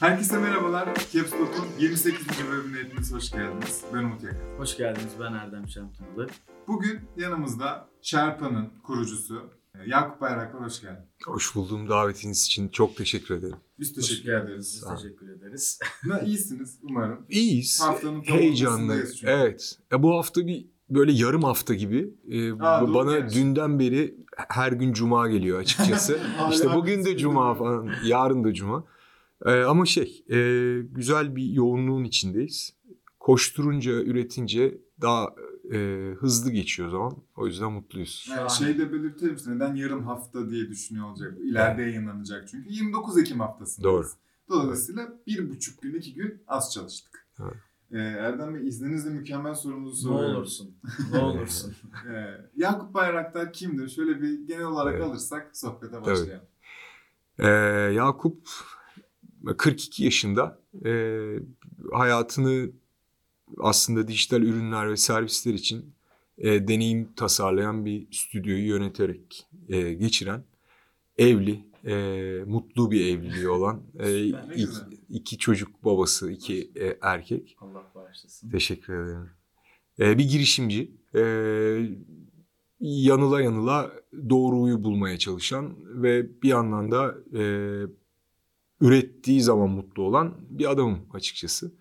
Herkese merhabalar. Caps Lock'un 28. bölümüne hepiniz hoş geldiniz. Ben Umut Yakın. Hoş geldiniz. Ben Erdem Şamtınalı. Bugün yanımızda Sherpa'nın kurucusu Yakup Bayraktar, hoş geldin. Hoş buldum. Davetiniz için çok teşekkür ederim. Biz teşekkür ederiz. Biz teşekkür ederiz. İyisiniz umarım. İyiyiz. Haftanın Heyecanlı. Evet. Bu hafta bir böyle yarım hafta gibi. Bana gerçi. dünden beri her gün cuma geliyor açıkçası. İşte bugün de cuma falan. Yarın da cuma. Ama güzel bir yoğunluğun içindeyiz. Koşturunca, üretince daha hızlı geçiyor zaman. O yüzden mutluyuz. Yani de belirtelim size, neden yarım hafta diye düşünüyor olacak. İleride yayınlanacak çünkü. 29 Ekim haftasındayız. Doğru. Dolayısıyla 1,5 gün, 2 gün az çalıştık. Evet. Erdem Bey, izninizle mükemmel sorumuzu Ne soruyorum. olursun. Ne olursun. Yakup Bayraktar kimdir? Şöyle bir genel olarak alırsak sohbete başlayalım. Yakup 42 yaşında. Hayatını aslında dijital ürünler ve servisler için deneyim tasarlayan bir stüdyoyu yöneterek geçiren, evli, mutlu bir evliliği olan, iki çocuk babası, iki erkek. Allah bağışlasın. Teşekkür ederim. Bir girişimci, yanıla yanıla doğruyu bulmaya çalışan ve bir yandan da ürettiği zaman mutlu olan bir adamım açıkçası.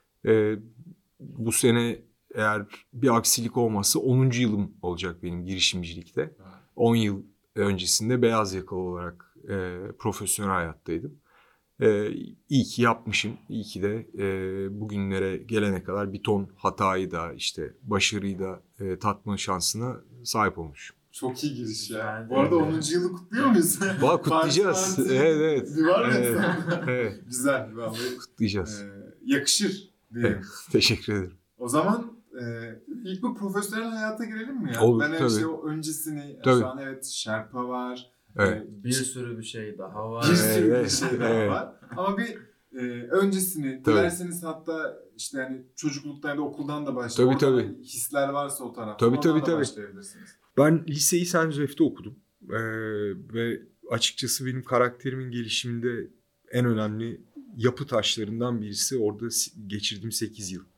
Bu sene eğer bir aksilik olmazsa 10. yılım olacak benim girişimcilikte. 10 yıl öncesinde beyaz yakalı olarak profesyonel hayattaydım. İyi ki yapmışım. İyi ki de bugünlere gelene kadar bir ton hatayı da başarıyı da tatma şansına sahip olmuşum. Çok iyi giriş ya. Bu arada 10. yılı kutluyor muyuz? Kutlayacağız. Evet. Var mı? Evet. Güzel. Vallahi. Kutlayacağız. Yakışır diyelim. Teşekkür ederim. O zaman ilk bu profesyonel hayata girelim mi ya? Olur, ben tabii. O öncesini, Tabii. şu an evet Sherpa var. Evet. Bir sürü bir şey daha var. Bir sürü bir şey daha Evet. var. Ama bir öncesini, Tabii. dilerseniz hatta hani çocukluktan da okuldan da başlayalım. Tabii. Hisler varsa o tarafta. Tabii. Başlayabilirsiniz. Ben liseyi Saint Joseph'te okudum. Ve açıkçası benim karakterimin gelişiminde en önemli yapı taşlarından birisi orada geçirdiğim 8 yıl.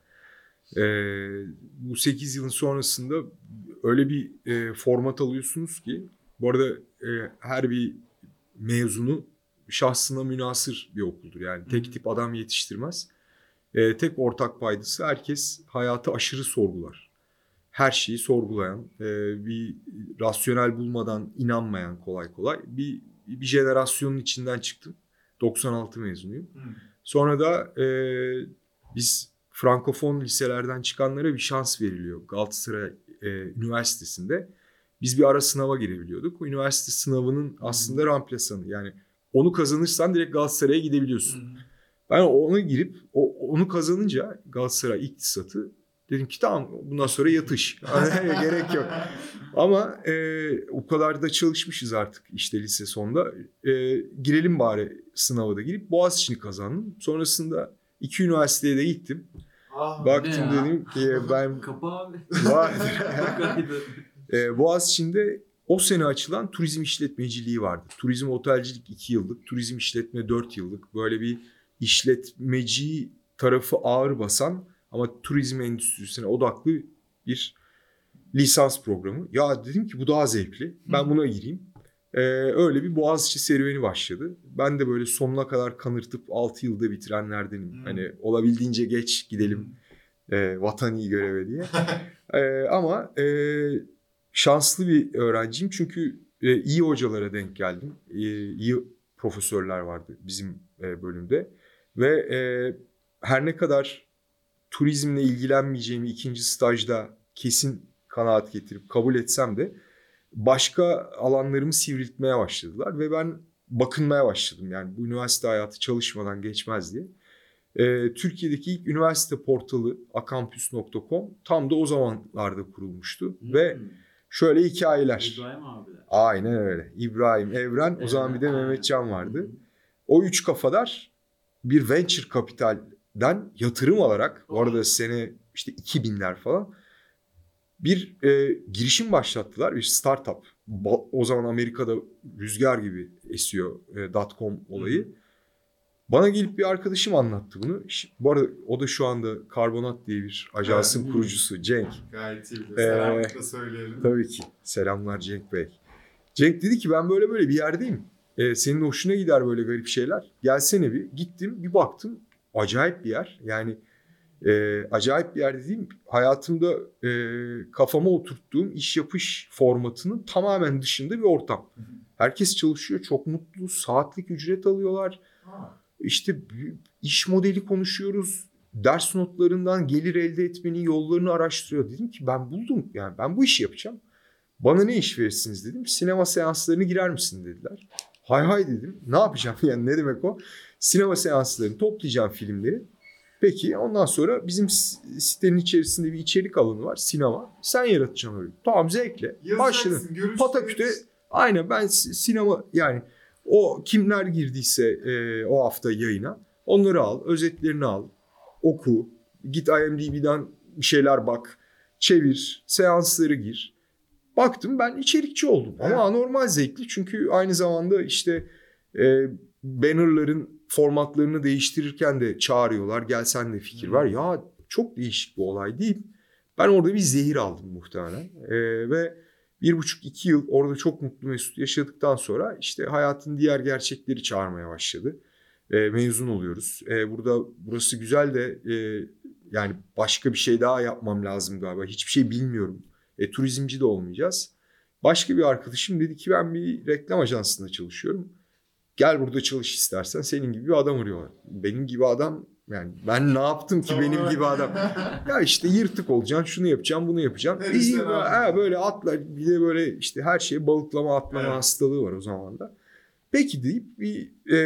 Bu 8 yılın sonrasında öyle bir format alıyorsunuz ki, bu arada her bir mezunu şahsına münhasır bir okuldur. Yani tek tip adam yetiştirmez. Tek ortak paydası, herkes hayatı aşırı sorgular. Her şeyi sorgulayan, bir rasyonel bulmadan inanmayan kolay kolay bir jenerasyonun içinden çıktım. 96 mezunuyum. Sonra da biz Frankofon liselerden çıkanlara bir şans veriliyor. Galatasaray Üniversitesi'nde biz bir ara sınava girebiliyorduk. O üniversite sınavının aslında ramplasanı. Yani onu kazanırsan direkt Galatasaray'a gidebiliyorsun. Ben ona girip onu kazanınca Galatasaray İktisatı, dedim ki tamam, bundan sonra yatış. Gerek yok. Ama o kadar da çalışmışız artık lise sonunda. Girelim bari sınava da girip Boğaziçi'ni kazandım. Sonrasında 2 üniversiteye de gittim. Baktım dedim ki ben... Kapı abi. Boğaziçi'nde o sene açılan turizm işletmeciliği vardı. Turizm otelcilik 2 yıllık, turizm işletme 4 yıllık. Böyle bir işletmeci tarafı ağır basan ama turizm endüstrisine odaklı bir lisans programı. Ya dedim ki bu daha zevkli. Ben buna gireyim. Öyle bir Boğaziçi serüveni başladı. Ben de böyle sonuna kadar kanırtıp 6 yılda bitirenlerdenim. Hani olabildiğince geç gidelim vatani göreve diye. Ama şanslı bir öğrenciyim. Çünkü iyi hocalara denk geldim. İyi profesörler vardı bizim bölümde. Ve her ne kadar turizmle ilgilenmeyeceğimi ikinci stajda kesin kanaat getirip kabul etsem de başka alanlarımı sivriltmeye başladılar ve ben bakınmaya başladım. Yani bu üniversite hayatı çalışmadan geçmez diye. Türkiye'deki ilk üniversite portalı akampüs.com tam da o zamanlarda kurulmuştu ve şöyle hikayeler. İbrahim abiler. Aynen öyle. İbrahim, Evren, o zaman bir de Mehmetcan vardı. O üç kafadar bir venture kapitalden yatırım alarak, bu arada sene 2000'ler falan, bir girişim başlattılar. Bir startup. O zaman Amerika'da rüzgar gibi esiyor .com olayı. Bana gelip bir arkadaşım anlattı bunu. Bu arada o da şu anda Karbonat diye bir ajansın kurucusu Cenk. Gayet iyi biliyor. Selamlıkla söyleyelim. Tabii ki. Selamlar Cenk Bey. Cenk dedi ki ben böyle böyle bir yerdeyim. Senin hoşuna gider böyle garip şeyler. Gelsene bir. Gittim bir baktım. Acayip bir yer. Yani acayip bir yer dediğim hayatımda kafama oturttuğum iş yapış formatının tamamen dışında bir ortam. Herkes çalışıyor. Çok mutlu. Saatlik ücret alıyorlar. İşte iş modeli konuşuyoruz. Ders notlarından gelir elde etmenin yollarını araştırıyor. Dedim ki ben buldum. Yani ben bu işi yapacağım. Bana ne iş verirsiniz dedim. Sinema seanslarına girer misin dediler. Hay hay dedim. Ne yapacağım yani ne demek o? Sinema seanslarını toplayacağım filmleri. Peki ondan sonra bizim sitenin içerisinde bir içerik alanı var. Sinema. Sen yaratacaksın öyle. Tamam zevkle. Başladım. Pataküte aynen ben sinema yani o kimler girdiyse o hafta yayına onları al. Özetlerini al. Oku. Git IMDb'den bir şeyler bak. Çevir. Seansları gir. Baktım ben içerikçi oldum. Ama anormal zevkli. Çünkü aynı zamanda işte bannerların formatlarını değiştirirken de çağırıyorlar. Gel sen de fikir ver. Ya çok değişik bir olay deyip ben orada bir zehir aldım muhtemelen. Ve 1,5-2 yıl orada çok mutlu mesut yaşadıktan sonra işte hayatın diğer gerçekleri çağırmaya başladı. Mezun oluyoruz. Burası güzel de yani başka bir şey daha yapmam lazım galiba. Hiçbir şey bilmiyorum. Turizmci de olmayacağız. Başka bir arkadaşım dedi ki ben bir reklam ajansında çalışıyorum. Gel burada çalış istersen, senin gibi bir adam arıyorlar. Benim gibi adam yani ben ne yaptım ki benim gibi adam? Ya işte yırtık olacaksın, şunu yapacaksın, bunu yapacaksın. İyi böyle atla, bir de böyle işte her şeye balıklama atlama hastalığı var o zaman da. Peki deyip bir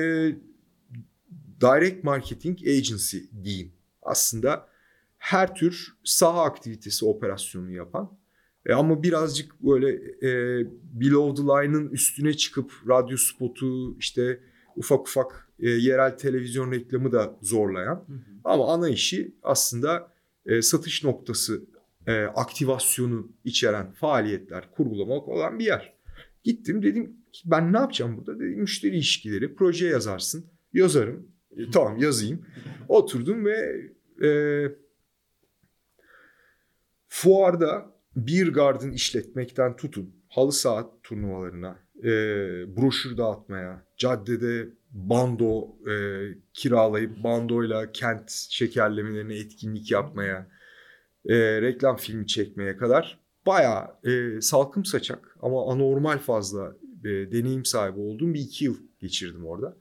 direct marketing agency diyeyim. Aslında her tür saha aktivitesi operasyonu yapan ama birazcık böyle below the line'ın üstüne çıkıp radyo spotu işte ufak yerel televizyon reklamı da zorlayan. Ama ana işi aslında satış noktası aktivasyonu içeren faaliyetler kurgulamak olan bir yer. Gittim dedim ki ben ne yapacağım burada? Dedim müşteri ilişkileri, proje yazarsın. Yazarım. Tamam yazayım. Oturdum ve fuarda beer garden işletmekten tutun halı saha turnuvalarına, broşür dağıtmaya, caddede bando kiralayıp bandoyla kent şekerlemelerine etkinlik yapmaya, reklam filmi çekmeye kadar bayağı salkım saçak ama anormal fazla deneyim sahibi olduğum bir 2 yıl geçirdim orada.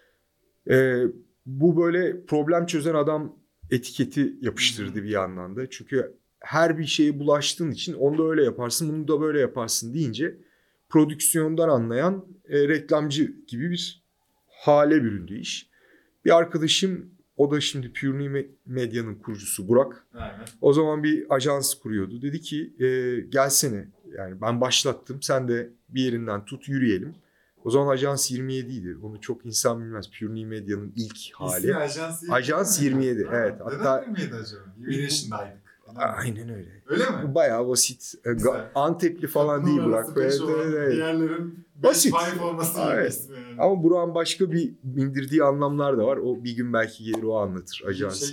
Bu böyle problem çözen adam etiketi yapıştırdı bir yandan da. Çünkü her bir şeye bulaştığın için onu da öyle yaparsın, bunu da böyle yaparsın deyince prodüksiyondan anlayan reklamcı gibi bir hale büründü iş. Bir arkadaşım, o da şimdi Pure Medya'nın kurucusu Burak. Aynen. O zaman bir ajans kuruyordu. Dedi ki gelsene, yani ben başlattım, sen de bir yerinden tut yürüyelim. O zaman Ajans 27 idi. Onu çok insan bilmez. Pure Medya'nın ilk hali. İsmi Ajans 27. Evet. Hatta 27 acaba? 20 yaşındaydık. Aynen öyle. Öyle mi? Bayağı basit. Antepli falan değil Burak. Evet. Diğerlerin basit. olması evet. Yani. Ama Burak'ın başka bir bindirdiği anlamlar da var. O bir gün belki gelir o anlatır Ajans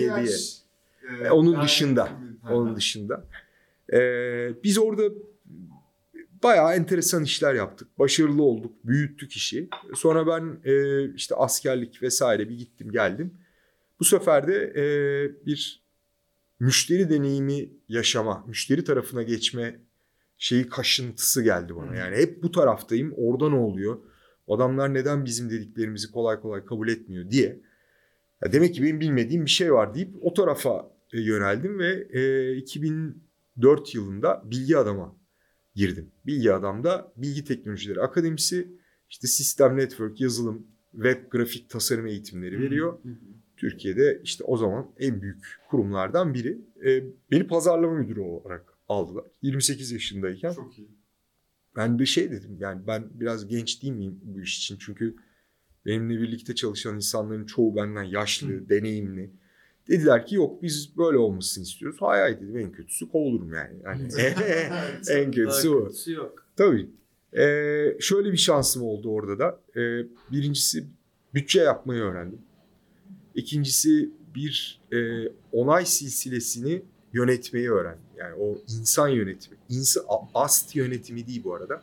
27'ye. Onun dışında. Onun dışında. Biz orada bayağı enteresan işler yaptık. Başarılı olduk. Büyüttük işi. Sonra ben işte askerlik vesaire bir gittim geldim. Bu sefer de bir müşteri deneyimi yaşama, müşteri tarafına geçme kaşıntısı geldi bana. Yani hep bu taraftayım. Orada ne oluyor? Adamlar neden bizim dediklerimizi kolay kolay kabul etmiyor diye. Ya demek ki benim bilmediğim bir şey var deyip o tarafa yöneldim ve 2004 yılında Bilgi Adam'a girdim. Bilgi Adam'da Bilgi Teknolojileri Akademisi, işte sistem, network, yazılım, web, grafik tasarım eğitimleri veriyor. Türkiye'de işte o zaman en büyük kurumlardan biri. Beni pazarlama müdürü olarak aldılar. 28 yaşındayken. Çok iyi. Ben de dedim, yani ben biraz genç değil miyim bu iş için? Çünkü benimle birlikte çalışan insanların çoğu benden yaşlı, deneyimli. Dediler ki yok, biz böyle olmasını istiyoruz. Hay dedim, en kötüsü kovulurum yani. En kötüsü o. Yok. Tabii. Şöyle bir şansım oldu orada da. Birincisi bütçe yapmayı öğrendim. İkincisi bir onay silsilesini yönetmeyi öğrendim. Yani o insan yönetimi. Ast yönetimi değil bu arada.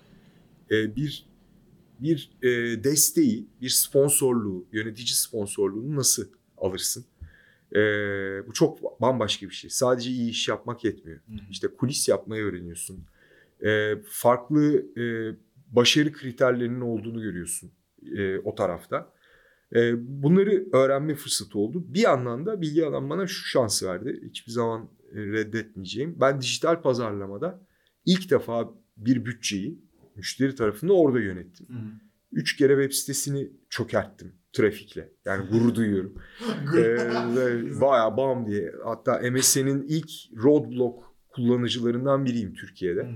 Bir desteği, bir sponsorluğu, yönetici sponsorluğunu nasıl alırsın? Bu çok bambaşka bir şey. Sadece iyi iş yapmak yetmiyor. İşte kulis yapmayı öğreniyorsun. Farklı başarı kriterlerinin olduğunu görüyorsun o tarafta. Bunları öğrenme fırsatı oldu. Bir yandan da Bilgi Adam bana şu şansı verdi. Hiçbir zaman reddetmeyeceğim. Ben dijital pazarlamada ilk defa bir bütçeyi müşteri tarafında orada yönettim. 3 kere web sitesini çökerttim trafikle. Yani gurur duyuyorum. Bayağı bam diye. Hatta MSN'in ilk roadblock kullanıcılarından biriyim Türkiye'de.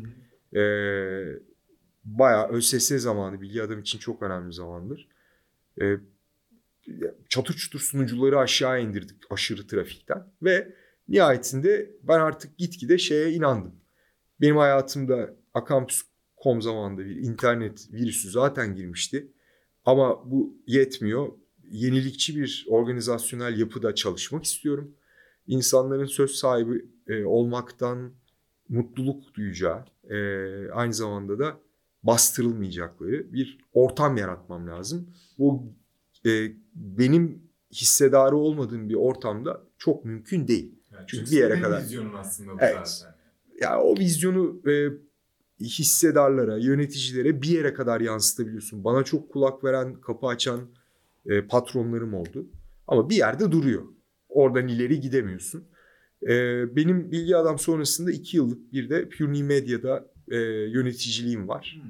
Bayağı ÖSS zamanı Bilgi Adam için çok önemli zamandır. Çatır çutur sunucuları aşağı indirdik aşırı trafikten. Ve nihayetinde ben artık gitgide şeye inandım. Benim hayatımda Akampüs.com zamanında bir internet virüsü zaten girmişti. Ama bu yetmiyor. Yenilikçi bir organizasyonel yapıda çalışmak istiyorum. İnsanların söz sahibi olmaktan mutluluk duyacağı, aynı zamanda da bastırılmayacakları bir ortam yaratmam lazım. Bu benim hissedarı olmadığım bir ortamda çok mümkün değil. Yani çünkü bir yere kadar. Vizyonun aslında bu evet. zaten. Ya o vizyonu hissedarlara, yöneticilere bir yere kadar yansıtabiliyorsun. Bana çok kulak veren, kapı açan patronlarım oldu. Ama bir yerde duruyor. Oradan ileri gidemiyorsun. Benim Bilgi Adam sonrasında 2 yıllık bir de Pure Medya'da yöneticiliğim var.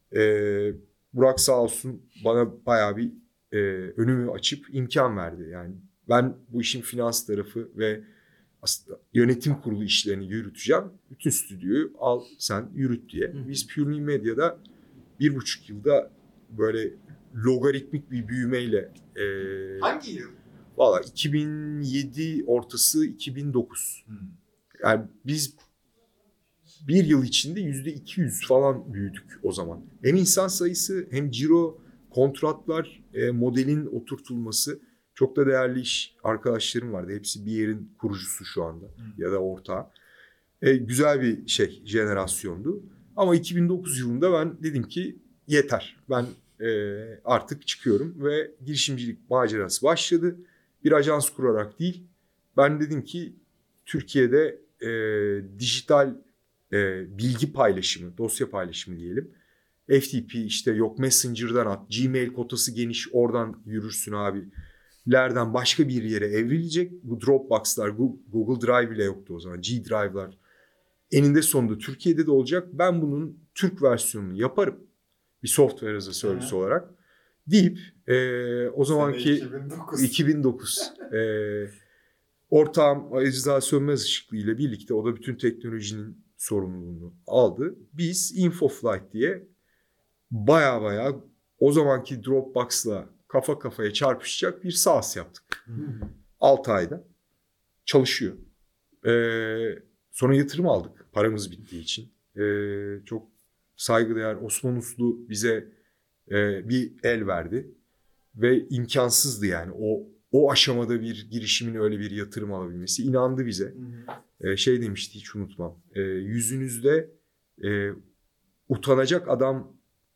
Burak sağ olsun bana bayağı bir önümü açıp imkan verdi. Yani ben bu işin finans tarafı ve aslında yönetim kurulu işlerini yürüteceğim. Bütün stüdyoyu al sen yürüt diye. Biz Pure Medya'da 1,5 yılda böyle logaritmik bir büyümeyle Hangi yıl? Valla 2007 ortası 2009. Yani biz bir yıl içinde %200 falan büyüdük o zaman. Hem insan sayısı hem ciro, kontratlar, modelin oturtulması. Çok da değerli iş arkadaşlarım vardı. Hepsi bir yerin kurucusu şu anda ya da ortağı. Güzel bir jenerasyondu. Ama 2009 yılında ben dedim ki yeter. Ben artık çıkıyorum ve girişimcilik macerası başladı. Bir ajans kurarak değil. Ben dedim ki Türkiye'de dijital bilgi paylaşımı, dosya paylaşımı diyelim. FTP işte yok Messenger'dan at, Gmail kotası geniş oradan yürürsün abi. Lerden başka bir yere evrilecek. Bu Dropbox'lar, Google Drive bile yoktu o zaman. G-Drive'lar eninde sonunda Türkiye'de de olacak. Ben bunun Türk versiyonunu yaparım. Bir software as a service olarak. Deyip o zamanki 2009 ortağım Ecza Sönmez Işıklı ile birlikte o da bütün teknolojinin sorumluluğunu aldı. Biz InfoFlight diye baya o zamanki Dropbox'la kafa kafaya çarpışacak bir SaaS yaptık. 6 ayda. Çalışıyor. Sonra yatırım aldık paramız bittiği için. Çok saygıdeğer Osman Uslu bize bir el verdi. Ve imkansızdı yani o aşamada bir girişimin öyle bir yatırım alabilmesi. İnandı bize. Demişti hiç unutmam. Yüzünüzde utanacak adam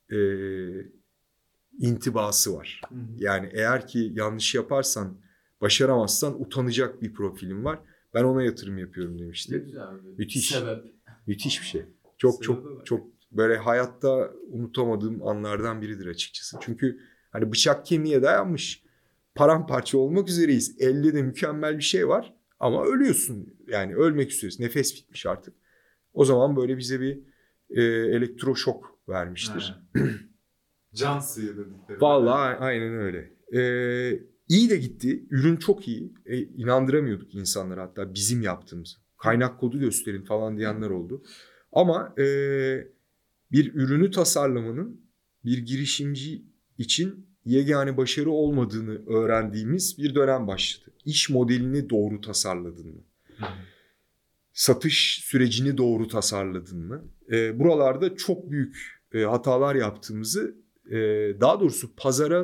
intibası var. Yani eğer ki yanlış yaparsan, başaramazsan utanacak bir profilin var. Ben ona yatırım yapıyorum demişti. Ne güzel abi. Müthiş. Sebep. Müthiş bir şey. Çok böyle hayatta unutamadığım anlardan biridir açıkçası. Çünkü hani bıçak kemiğe dayanmış. Paramparça olmak üzereyiz. Elde de mükemmel bir şey var ama ölüyorsun. Yani ölmek üzeresin. Nefes bitmiş artık. O zaman böyle bize bir elektroşok vermiştir. Can suyu dedikleri. Vallahi aynen öyle. İyi de gitti. Ürün çok iyi. İnandıramıyorduk insanlara hatta bizim yaptığımız. Kaynak kodu gösterin falan diyenler oldu. Ama bir ürünü tasarlamanın bir girişimci için yegane başarı olmadığını öğrendiğimiz bir dönem başladı. İş modelini doğru tasarladın mı? Satış sürecini doğru tasarladın mı? Buralarda çok büyük hatalar yaptığımızı, daha doğrusu pazarın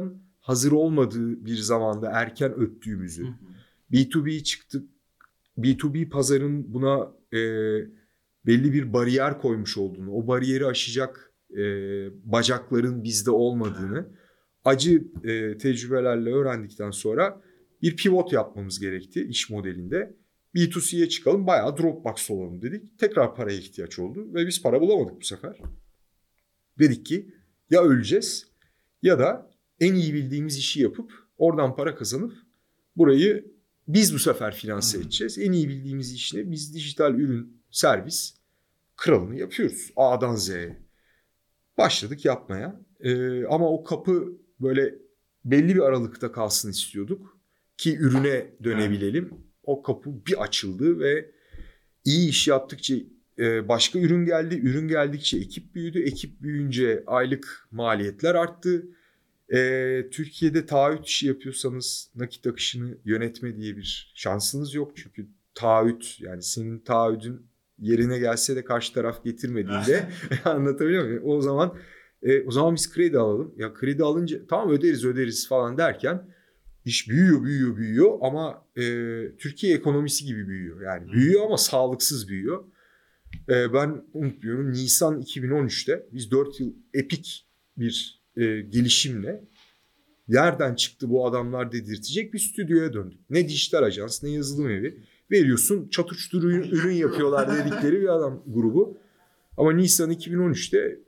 hazır olmadığı bir zamanda erken öttüğümüzü, B2B çıktık, B2B pazarın buna belli bir bariyer koymuş olduğunu, o bariyeri aşacak bacakların bizde olmadığını acı tecrübelerle öğrendikten sonra bir pivot yapmamız gerekti iş modelinde. B2C'ye çıkalım, bayağı Dropbox olalım dedik. Tekrar paraya ihtiyaç oldu ve biz para bulamadık bu sefer. Dedik ki ya öleceğiz ya da en iyi bildiğimiz işi yapıp oradan para kazanıp burayı biz bu sefer finanse edeceğiz. En iyi bildiğimiz iş ne? Biz dijital ürün, servis kralını yapıyoruz. A'dan Z'ye. Başladık yapmaya. Ama o kapı böyle belli bir aralıkta kalsın istiyorduk ki ürüne dönebilelim. O kapı bir açıldı ve iyi iş yaptıkça başka ürün geldi. Ürün geldikçe ekip büyüdü. Ekip büyüyünce aylık maliyetler arttı. Türkiye'de taahhüt işi yapıyorsanız nakit akışını yönetme diye bir şansınız yok. Çünkü taahhüt, yani senin taahhüdün yerine gelse de karşı taraf getirmediğinde anlatabiliyor muyum? O zaman biz kredi alalım. Ya kredi alınca tamam öderiz falan derken iş büyüyor ama Türkiye ekonomisi gibi büyüyor. Yani büyüyor ama sağlıksız büyüyor. Ben unutmuyorum, Nisan 2013'te biz 4 yıl epik bir gelişimle nereden çıktı bu adamlar dedirtecek bir stüdyoya döndük. Ne dijital ajans ne yazılım evi. Veriyorsun çatır çutur ürün yapıyorlar dedikleri bir adam grubu. Ama Nisan 2013'te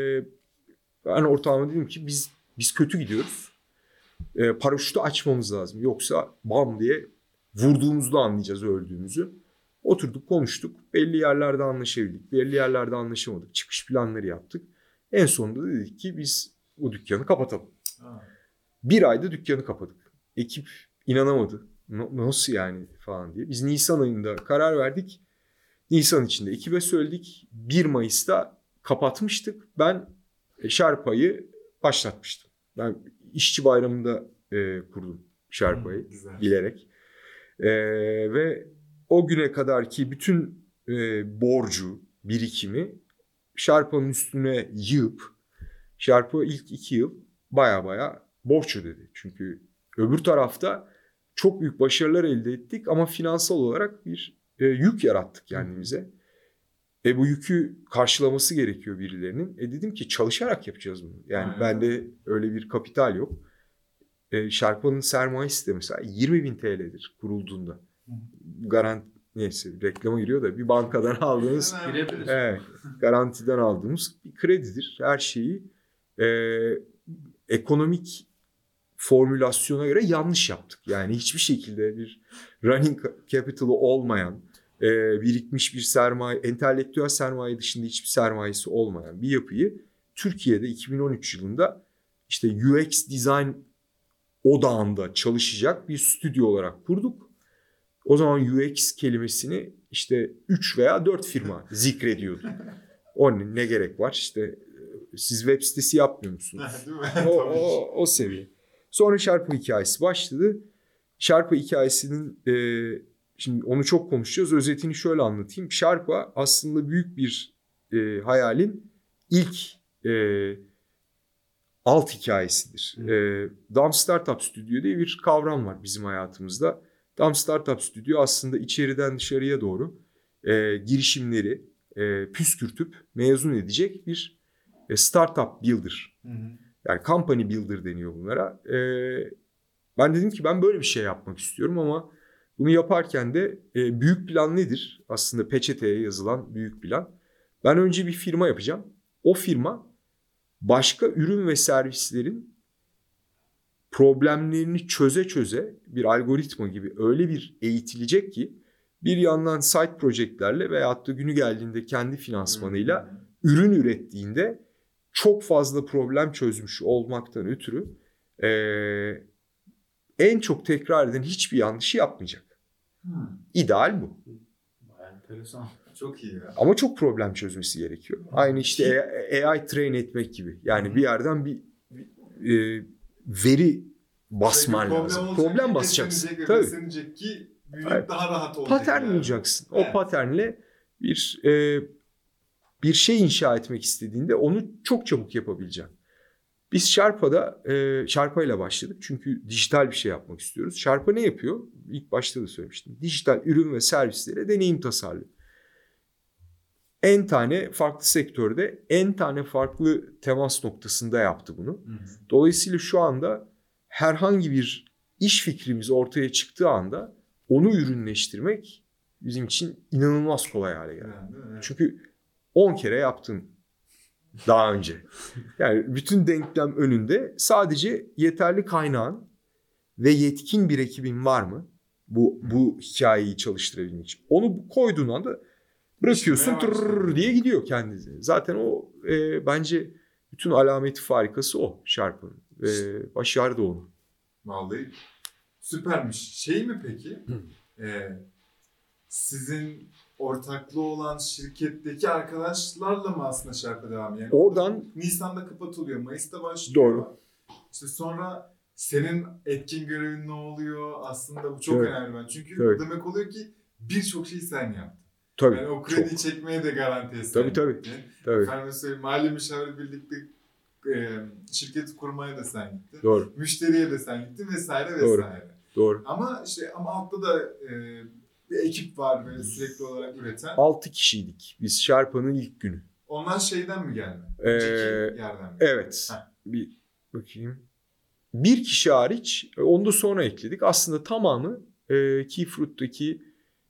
ben ortağıma dedim ki biz kötü gidiyoruz. Paraşütü açmamız lazım. Yoksa bam diye vurduğumuzda anlayacağız öldüğümüzü. Oturduk konuştuk. Belli yerlerde anlaşabildik. Belli yerlerde anlaşamadık. Çıkış planları yaptık. En sonunda dedik ki biz bu dükkanı kapatalım. Bir ayda dükkanı kapadık. Ekip inanamadı. Nasıl yani falan diye. Biz Nisan ayında karar verdik. Nisan içinde ekibe söyledik. 1 Mayıs'ta kapatmıştık. Ben Sherpa'yı başlatmıştım. Ben işçi bayramında kurdum Sherpa'yı bilerek. Ve o güne kadarki bütün borcu, birikimi Sherpa'nın üstüne yığıp Sherpa ilk 2 yıl baya borç ödedi. Çünkü öbür tarafta çok büyük başarılar elde ettik ama finansal olarak bir yük yarattık kendimize. Bu yükü karşılaması gerekiyor birilerinin. Dedim ki çalışarak yapacağız bunu. Yani bende öyle bir kapital yok. Sherpa'nın sermayesi de mesela 20.000 TL'dir kurulduğunda. Garanti neyse reklama giriyor da bir bankadan aldığımız garantiden aldığımız bir kredidir. Her şeyi ekonomik formülasyona göre yanlış yaptık. Yani hiçbir şekilde bir running capital'ı olmayan, birikmiş bir sermaye, entelektüel sermaye dışında hiçbir sermayesi olmayan bir yapıyı Türkiye'de 2013 yılında işte UX design odağında çalışacak bir stüdyo olarak kurduk. O zaman UX kelimesini işte 3 veya 4 firma zikrediyordu. Onun ne gerek var? İşte siz web sitesi yapmıyor musunuz? o seviye. Sonra Sherpa hikayesi başladı. Sherpa hikayesinin şimdi onu çok konuşacağız. Özetini şöyle anlatayım. Sherpa aslında büyük bir hayalin ilk alt hikayesidir. Dumb Startup Studio diye bir kavram var bizim hayatımızda. Dumb Startup Studio aslında içeriden dışarıya doğru girişimleri püskürtüp mezun edecek bir startup builder. Yani company builder deniyor bunlara. Ben dedim ki ben böyle bir şey yapmak istiyorum ama bunu yaparken de büyük plan nedir? Aslında peçeteye yazılan büyük plan. Ben önce bir firma yapacağım. O firma başka ürün ve servislerin problemlerini çöze bir algoritma gibi öyle bir eğitilecek ki bir yandan side projectlerle veyahut da günü geldiğinde kendi finansmanıyla ürün ürettiğinde çok fazla problem çözmüş olmaktan ötürü en çok tekrar eden hiçbir yanlışı yapmayacak. İdeal bu. Bayağı enteresan. Çok iyi ya. Ama çok problem çözmesi gerekiyor. Aynı işte AI train etmek gibi. Yani bir yerden bir veri basman lazım. Problem basacaksın. Tabii. Beslenecek ki büyüyüp daha rahat olacak. Patern bulacaksın. O paternle bir şey inşa etmek istediğinde onu çok çabuk yapabileceksin. Biz Sherpa ile başladık. Çünkü dijital bir şey yapmak istiyoruz. Sherpa ne yapıyor? İlk başta da söylemiştim. Dijital ürün ve servislere deneyim tasarlıyor. En tane farklı sektörde, en tane farklı temas noktasında yaptı bunu. Dolayısıyla şu anda herhangi bir iş fikrimiz ortaya çıktığı anda onu ürünleştirmek bizim için inanılmaz kolay hale geldi. Evet. Çünkü 10 kere yaptın daha önce. Yani bütün denklem önünde, sadece yeterli kaynağın ve yetkin bir ekibin var mı? Bu hikayeyi çalıştırabilmek için. Onu koyduğun anda bırakıyorsun, tırrrr diye gidiyor kendisi. Zaten o bence bütün alameti farikası o Sherpa'nın. Başardı onu. Vallahi süpermiş. Şey mi peki? Sizin ortaklığı olan şirketteki arkadaşlarla mı aslında Sherpa devam? Yani Oradan Nisan'da kapatılıyor, Mayıs'ta başlıyor. doğru. İşte sonra senin etkin görevin ne oluyor? Aslında bu çok Evet. önemli ben. Çünkü Evet. bu demek oluyor ki birçok şeyi sen yaptın. Tabii. Yani o krediyi Çok. çekmeye de garantiye sen Tabii. gittin. Tabii. Efendim söyleyeyim, mali müşavir birlikte şirketi kurmaya da sen gittin. Doğru. Müşteriye de sen gittin vesaire Doğru. vesaire. Doğru. Ama altta da bir ekip var böyle sürekli olarak üreten. 6 kişiydik biz Sherpa'nın ilk günü. Onlar şeyden mi geldi? Önceki yerden mi? Evet. Heh. Bir bakayım. Bir kişi hariç, onu da sonra ekledik. Aslında tamamı Keyfruit'taki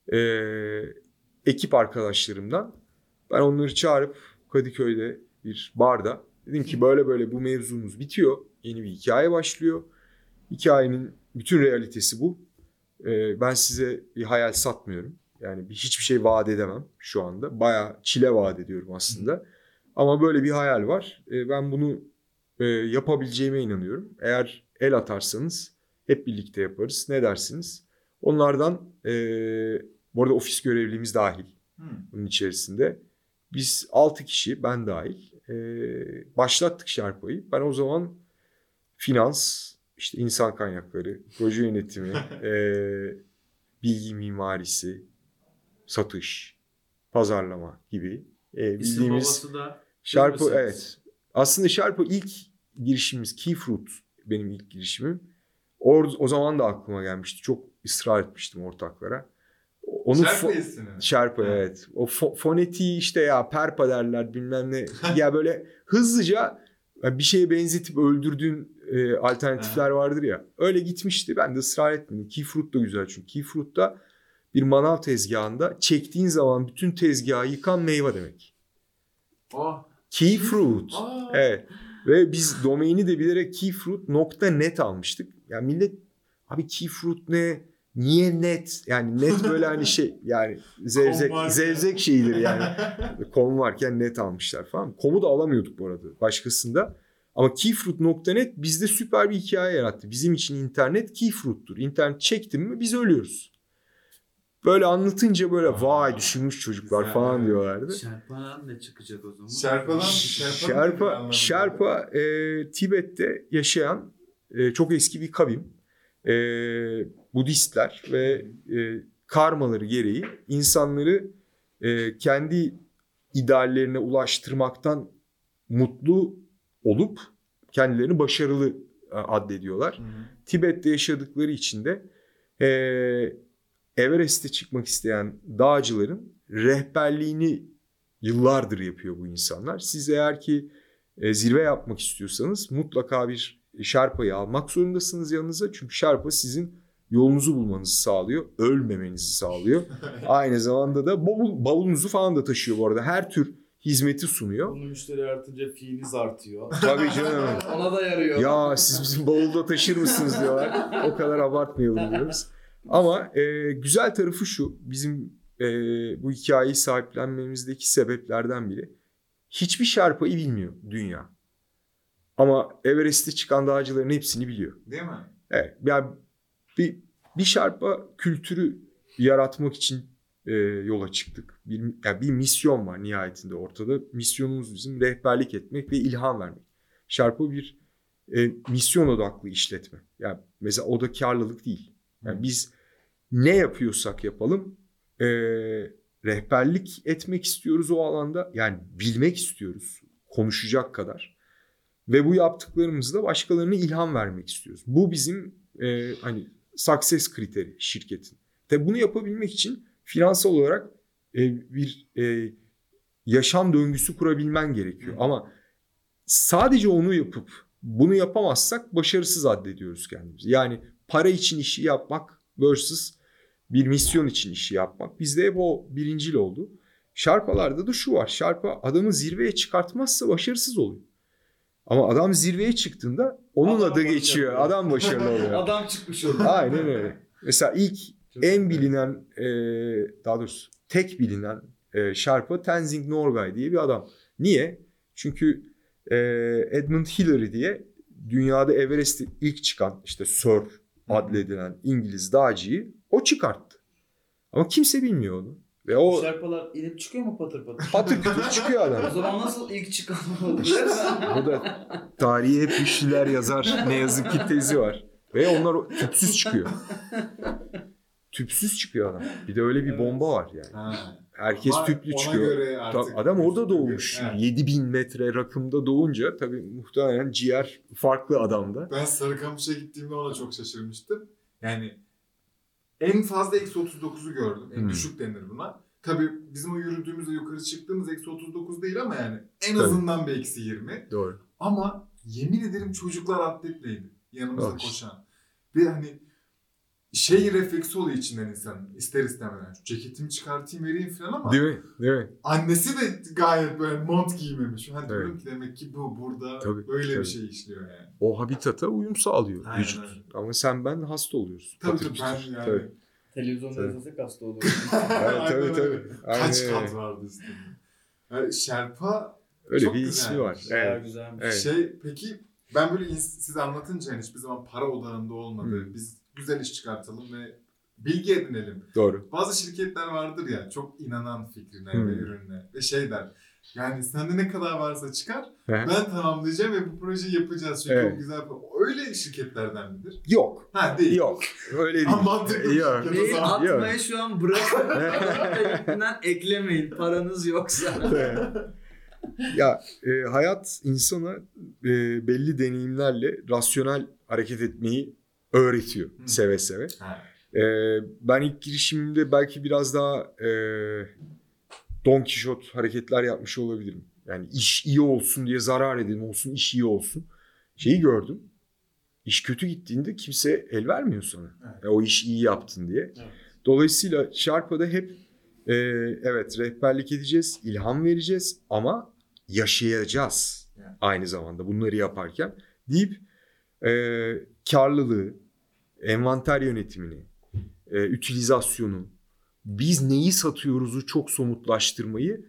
ekip arkadaşlarımdan. Ben onları çağırıp Kadıköy'de bir barda dedim ki böyle bu mevzumuz bitiyor. Yeni bir hikaye başlıyor. Hikayenin bütün realitesi bu. Ben size bir hayal satmıyorum. Yani hiçbir şey vaat edemem şu anda. Bayağı çile vaat ediyorum aslında. Ama böyle bir hayal var. Ben bunu yapabileceğime inanıyorum. Eğer el atarsanız hep birlikte yaparız. Ne dersiniz? Onlardan bu arada ofis görevlimiz dahil bunun içerisinde. Biz 6 kişi, ben dahil başlattık Sherpa'yı. Ben o zaman finans, işte insan kaynakları, proje yönetimi, bilgi mimarisi, satış, pazarlama gibi bildiğimiz babası da Sherpa, misiniz? evet. Aslında Sherpa ilk girişimimiz, Keyfruit benim ilk girişimim. O zaman da aklıma gelmişti. Çok ısrar etmiştim ortaklara. Onu Sherpa ismi. Sherpa, evet. O fonetiği işte ya perpa derler bilmem ne. Ya böyle hızlıca bir şeye benzetip öldürdüğün alternatifler vardır ya. Öyle gitmişti. Ben de ısrar etmedim. Keyfruit da güzel çünkü. Keyfruit'ta bir manav tezgahında çektiğin zaman bütün tezgahı yıkan meyve demek. Oh. Keyfruit. Evet. Ve biz domaini de bilerek keyfruit.net almıştık. Yani millet abi Keyfruit ne? Niye net? Yani net böyle hani şey yani zevzek şeyidir yani. Com varken net almışlar falan. Com'u da alamıyorduk bu arada başkasında. Ama Keyfruit.net bizde süper bir hikaye yarattı. Bizim için internet Keyfruit'tur. İnternet çektim mi biz ölüyoruz. Böyle anlatınca böyle vay düşünmüş çocuklar güzel, falan evet. diyorlardı. Sherpa'dan ne çıkacak o zaman? Sherpa Tibet'te yaşayan çok eski bir kavim. Budistler ve karmaları gereği insanları kendi ideallerine ulaştırmaktan mutlu olup kendilerini başarılı addediyorlar. Tibet'te yaşadıkları için de Everest'e çıkmak isteyen dağcıların rehberliğini yıllardır yapıyor bu insanlar. Siz eğer ki zirve yapmak istiyorsanız mutlaka bir Sherpa'yı almak zorundasınız yanınıza. Çünkü Sherpa sizin yolunuzu bulmanızı sağlıyor. Ölmemenizi sağlıyor. Aynı zamanda da bavulunuzu falan da taşıyor bu arada. Her tür hizmeti sunuyor. Bunu müşteri artınca fiiliniz artıyor. Tabii canım. Ona da yarıyor. Ya siz bizim bavulda taşır mısınız diyorlar. O kadar abartmayalım diyoruz. Ama güzel tarafı şu. Bizim bu hikayeyi sahiplenmemizdeki sebeplerden biri. Hiçbir Sherpa'yı bilmiyor dünya. Ama Everest'e çıkan dağcıların hepsini biliyor. Değil mi? Evet. Yani bir Sherpa kültürü yaratmak için yola çıktık. Bir misyon var nihayetinde ortada. Misyonumuz bizim rehberlik etmek ve ilham vermek. Sherpa bir misyon odaklı işletme. Yani mesela o da karlılık değil. Yani biz ne yapıyorsak yapalım rehberlik etmek istiyoruz o alanda. Yani bilmek istiyoruz konuşacak kadar. Ve bu yaptıklarımızla başkalarına ilham vermek istiyoruz. Bu bizim hani success kriteri şirketin. Tabii bunu yapabilmek için finansal olarak bir yaşam döngüsü kurabilmen gerekiyor. Ama sadece onu yapıp bunu yapamazsak başarısız addediyoruz kendimizi. Yani para için işi yapmak versus bir misyon için işi yapmak. Bizde hep o birincil oldu. Şarpalarda da şu var. Şarpa adamı zirveye çıkartmazsa başarısız oluyor. Ama adam zirveye çıktığında onun Adam adı geçiyor. başarılı. Adam başarılı oluyor. Adam çıkmış orada. Aynen öyle. Mesela ilk Çok en güzel. bilinen daha doğrusu tek bilinen Şarpa Tenzing Norgay diye bir adam. Niye? Çünkü Edmund Hillary diye dünyada Everest'e ilk çıkan işte Sir adledilen İngiliz dağcıyı o çıkarttı. Ama kimse bilmiyor onu. Ve O o şarpalar inip çıkıyor mu patır patır? patır kütür çıkıyor O adam. zaman nasıl ilk çıkan oldu? Bu da tarihe hep güçlüler yazar ne yazık ki tezi var. Ve onlar tüpsüz çıkıyor. Tüpsüz çıkıyor adam. Bir de öyle bir bomba var yani. Ha. Herkes Ama tüplü ona çıkıyor. göre artık Adam orada doğmuş. Evet. 7000 metre rakımda doğunca tabii muhtemelen ciğer farklı adamda. Ben Sarıkamış'a gittiğimde ona çok şaşırmıştım. Yani en fazla eksi 39'u gördüm. En düşük denir buna. Tabii bizim o yürüdüğümüzde yukarı çıktığımız eksi 39 değil ama yani en Tabii. azından bir eksi 20. Doğru. Ama yemin ederim çocuklar atletleydi yanımızda Bak işte. koşan. Ve hani şey refleksi oluyor içinden insanın ister istemeden. Şu ceketimi çıkartayım vereyim falan ama Değil mi? Değil mi? annesi de gayet böyle mont giymemiş. Hani Evet. diyorum ki demek ki bu burada Tabii, böyle tabii. bir şey işliyor yani. O habitata uyum sağlıyor Aynen vücut. öyle. Ama sen ben hasta oluyoruz. Tabii Patır tabii kütür. ben yani. Tabii. Televizyonda Tabii. izlesek hasta olur. Evet, tabii, Aynen tabii. öyle. Aynen Kaç öyle. kat vardı üstünde. Yani Şerpa Öyle çok bir güzelmiş. ismi var. Bayağı Evet. güzelmiş. Evet. Şey peki ben böyle siz anlatınca hani hiçbir zaman para odağında olmadı. Hı. Biz güzel iş çıkartalım ve bilgi edinelim. Doğru. Bazı şirketler vardır ya çok inanan fikrine Hı. ve ürününe ve şey der. Yani sende ne kadar varsa çıkar Hı. ben tamamlayacağım ve bu projeyi yapacağız. Çünkü Evet. o güzel. Öyle şirketlerden midir? Yok. Ha değil. Yok. Öyle değil. Ama mantıklı bir Yok. şirket. Değil, Yok. atmayı şu an bırakın. Elinden eklemeyin. Paranız yoksa. Ya hayat insana belli deneyimlerle rasyonel hareket etmeyi öğretiyor seve seve. Ha. Ben ilk girişimimde belki biraz daha Don Kişot hareketler yapmış olabilirim. Yani iş iyi olsun diye zarar edelim olsun, iş iyi olsun. Şeyi gördüm. İş kötü gittiğinde kimse el vermiyor sana. Evet. O iş iyi yaptın diye. Evet. Dolayısıyla Şarpa'da hep evet rehberlik edeceğiz, ilham vereceğiz ama yaşayacağız Evet. aynı zamanda bunları yaparken deyip karlılığı, envanter yönetimini, ütilizasyonu, biz neyi satıyoruzu çok somutlaştırmayı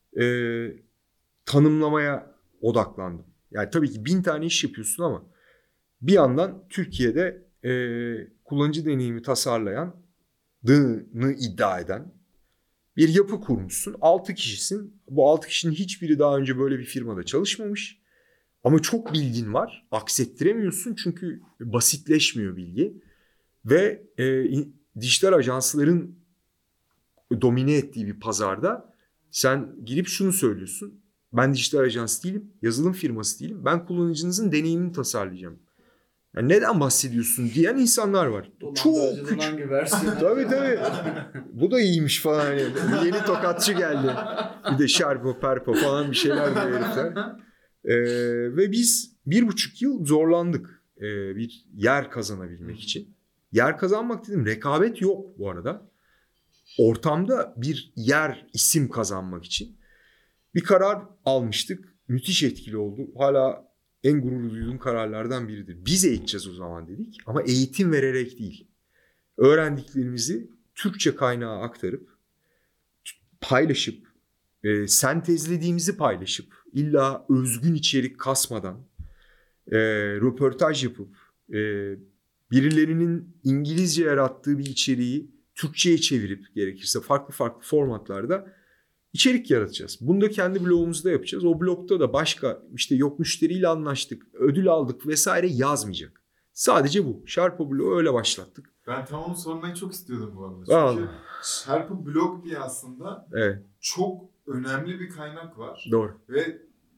tanımlamaya odaklandım. Yani tabii ki 1000 tane iş yapıyorsun ama bir yandan Türkiye'de kullanıcı deneyimi tasarlayandığını iddia eden bir yapı kurmuşsun. 6 kişisin. Bu 6 kişinin hiçbiri daha önce böyle bir firmada çalışmamış. Ama çok bilgin var. Aksettiremiyorsun çünkü basitleşmiyor bilgi. Ve dijital ajansların domine ettiği bir pazarda sen girip şunu söylüyorsun. Ben dijital ajans değilim, yazılım firması değilim. Ben kullanıcınızın deneyimini tasarlayacağım. Yani neden bahsediyorsun diyen insanlar var. Çok Dolandırıcının küçük. hangi versiyonu? Tabii. Bu da iyiymiş falan. Yani. Yeni tokatçı geldi. Bir de şarpa perpa falan bir şeyler diyor herifler. Ve biz 1,5 yıl zorlandık bir yer kazanabilmek için. Yer kazanmak dedim, rekabet yok bu arada. Ortamda bir yer, isim kazanmak için bir karar almıştık. Müthiş etkili oldu. Hala en gurur duyduğum kararlardan biridir. Biz eğiteceğiz o zaman dedik ama eğitim vererek değil. Öğrendiklerimizi Türkçe kaynağa aktarıp, paylaşıp, sentezlediğimizi paylaşıp, illa özgün içerik kasmadan, röportaj yapıp, birilerinin İngilizce yarattığı bir içeriği Türkçe'ye çevirip gerekirse farklı farklı formatlarda içerik yaratacağız. Bunu da kendi blogumuzda yapacağız. O blogda da başka işte yok müşteriyle anlaştık, ödül aldık vesaire yazmayacak. Sadece bu. Şarpa blogu öyle başlattık. Ben tam onu sormayı çok istiyordum bu arada. Çünkü Vallahi. Şarpa blog diye aslında Evet, çok önemli bir kaynak var. doğru. Ve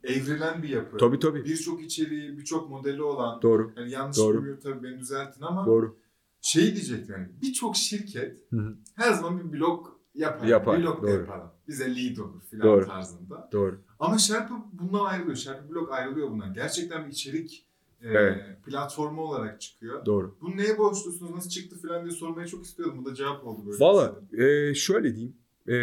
evrilen bir yapı. Tabii. Birçok içeriği, birçok modeli olan. Doğru. Yani yanlış Doğru. bilmiyorum tabii, beni düzeltin ama Doğru. şey diyecektim yani, birçok şirket Hı-hı. her zaman bir blog yapar. Yapar, Blog da doğru. yapar. Bize lead olur filan Doğru. tarzında. Doğru. Ama Sherpa bundan ayrılıyor. Sherpa blog ayrılıyor bundan. Gerçekten bir içerik Evet. platformu olarak çıkıyor. Doğru. Bunu neye borçlusunuz, nasıl çıktı filan diye sormayı çok istiyordum. Bu da cevap oldu böyle. Valla şöyle diyeyim.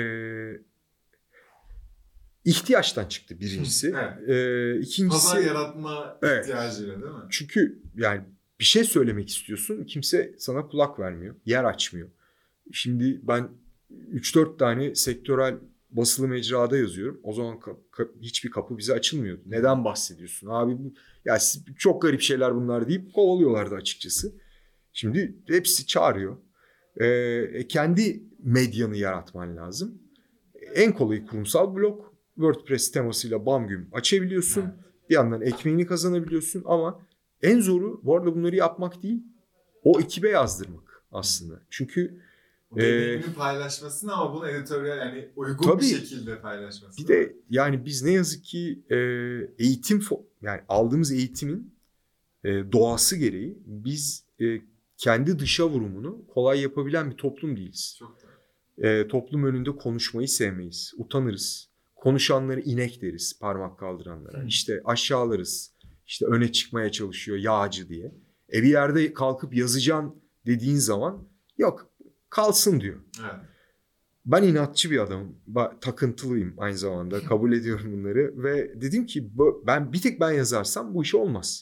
İhtiyaçtan çıktı birincisi. İkincisi... Pazar yaratma Evet. ihtiyacıyla değil mi? Çünkü yani bir şey söylemek istiyorsun. Kimse sana kulak vermiyor. Yer açmıyor. Şimdi ben 3-4 tane sektörel basılı mecrada yazıyorum. O zaman hiçbir kapı bize açılmıyordu. Neden bahsediyorsun? Abi ya çok garip şeyler bunlar deyip kovalıyorlardı açıkçası. Şimdi hepsi çağırıyor. Kendi medyanı yaratman lazım. En kolayı kurumsal blog. WordPress temasıyla bam güm açabiliyorsun. Evet. Bir yandan ekmeğini kazanabiliyorsun ama en zoru bu arada bunları yapmak değil. O ekibe yazdırmak aslında. Çünkü deneyimini paylaşmasın ama bunu editoryal yani uygun tabii, bir şekilde paylaşmasın. Bir de yani biz ne yazık ki yani aldığımız eğitimin doğası gereği biz kendi dışa vurumunu kolay yapabilen bir toplum değiliz. Çok da. Toplum önünde konuşmayı sevmeyiz. Utanırız. Konuşanları inek deriz parmak kaldıranlara. İşte aşağılarız. İşte öne çıkmaya çalışıyor yağcı diye. Bir yerde kalkıp yazacaksın dediğin zaman yok kalsın diyor. Evet. Ben inatçı bir adamım. Takıntılıyım aynı zamanda. Kabul ediyorum bunları. Ve dedim ki bir tek ben yazarsam bu iş olmaz.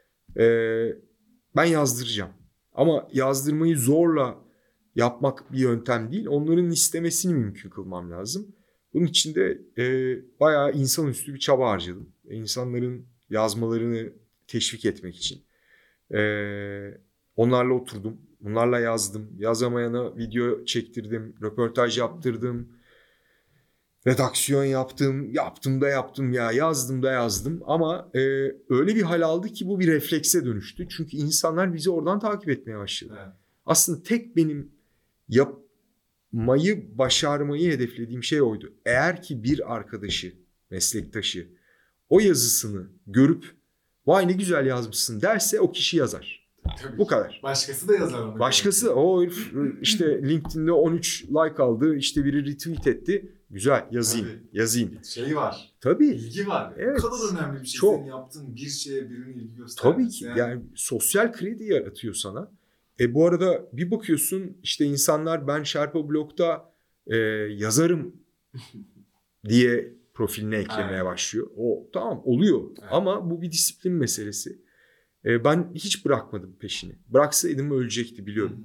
Ben yazdıracağım. Ama yazdırmayı zorla yapmak bir yöntem değil. Onların istemesini mümkün kılmam lazım. Bunun için de bayağı insanüstü bir çaba harcadım. İnsanların yazmalarını teşvik etmek için. Onlarla oturdum. Bunlarla yazdım. Yazamayana video çektirdim. Röportaj yaptırdım. Redaksiyon yaptım. Yaptım ya. Yazdım da yazdım. Ama öyle bir hal aldı ki bu bir reflekse dönüştü. Çünkü insanlar bizi oradan takip etmeye başladı. Evet. Aslında tek benim başarmayı hedeflediğim şey oydu. Eğer ki bir arkadaşı, meslektaşı o yazısını görüp vay ne güzel yazmışsın derse o kişi yazar. Tabii Bu ki. kadar. Başkası da yazar onu. Başkası o işte LinkedIn'de 13 like aldı, işte biri retweet etti. Güzel yazayım. Şey var. Tabii. İlgi var. Evet. Bu kadar önemli bir şey. Çok. Senin yaptığın bir şeye birinin ilgi göstermesi. Tabii ki yani sosyal kredi yaratıyor sana. Bu arada bir bakıyorsun işte insanlar ben Sherpa Blog'da yazarım diye profiline eklemeye başlıyor. O tamam oluyor ama bu bir disiplin meselesi. Ben hiç bırakmadım peşini. Bıraksaydım ölecekti biliyorum.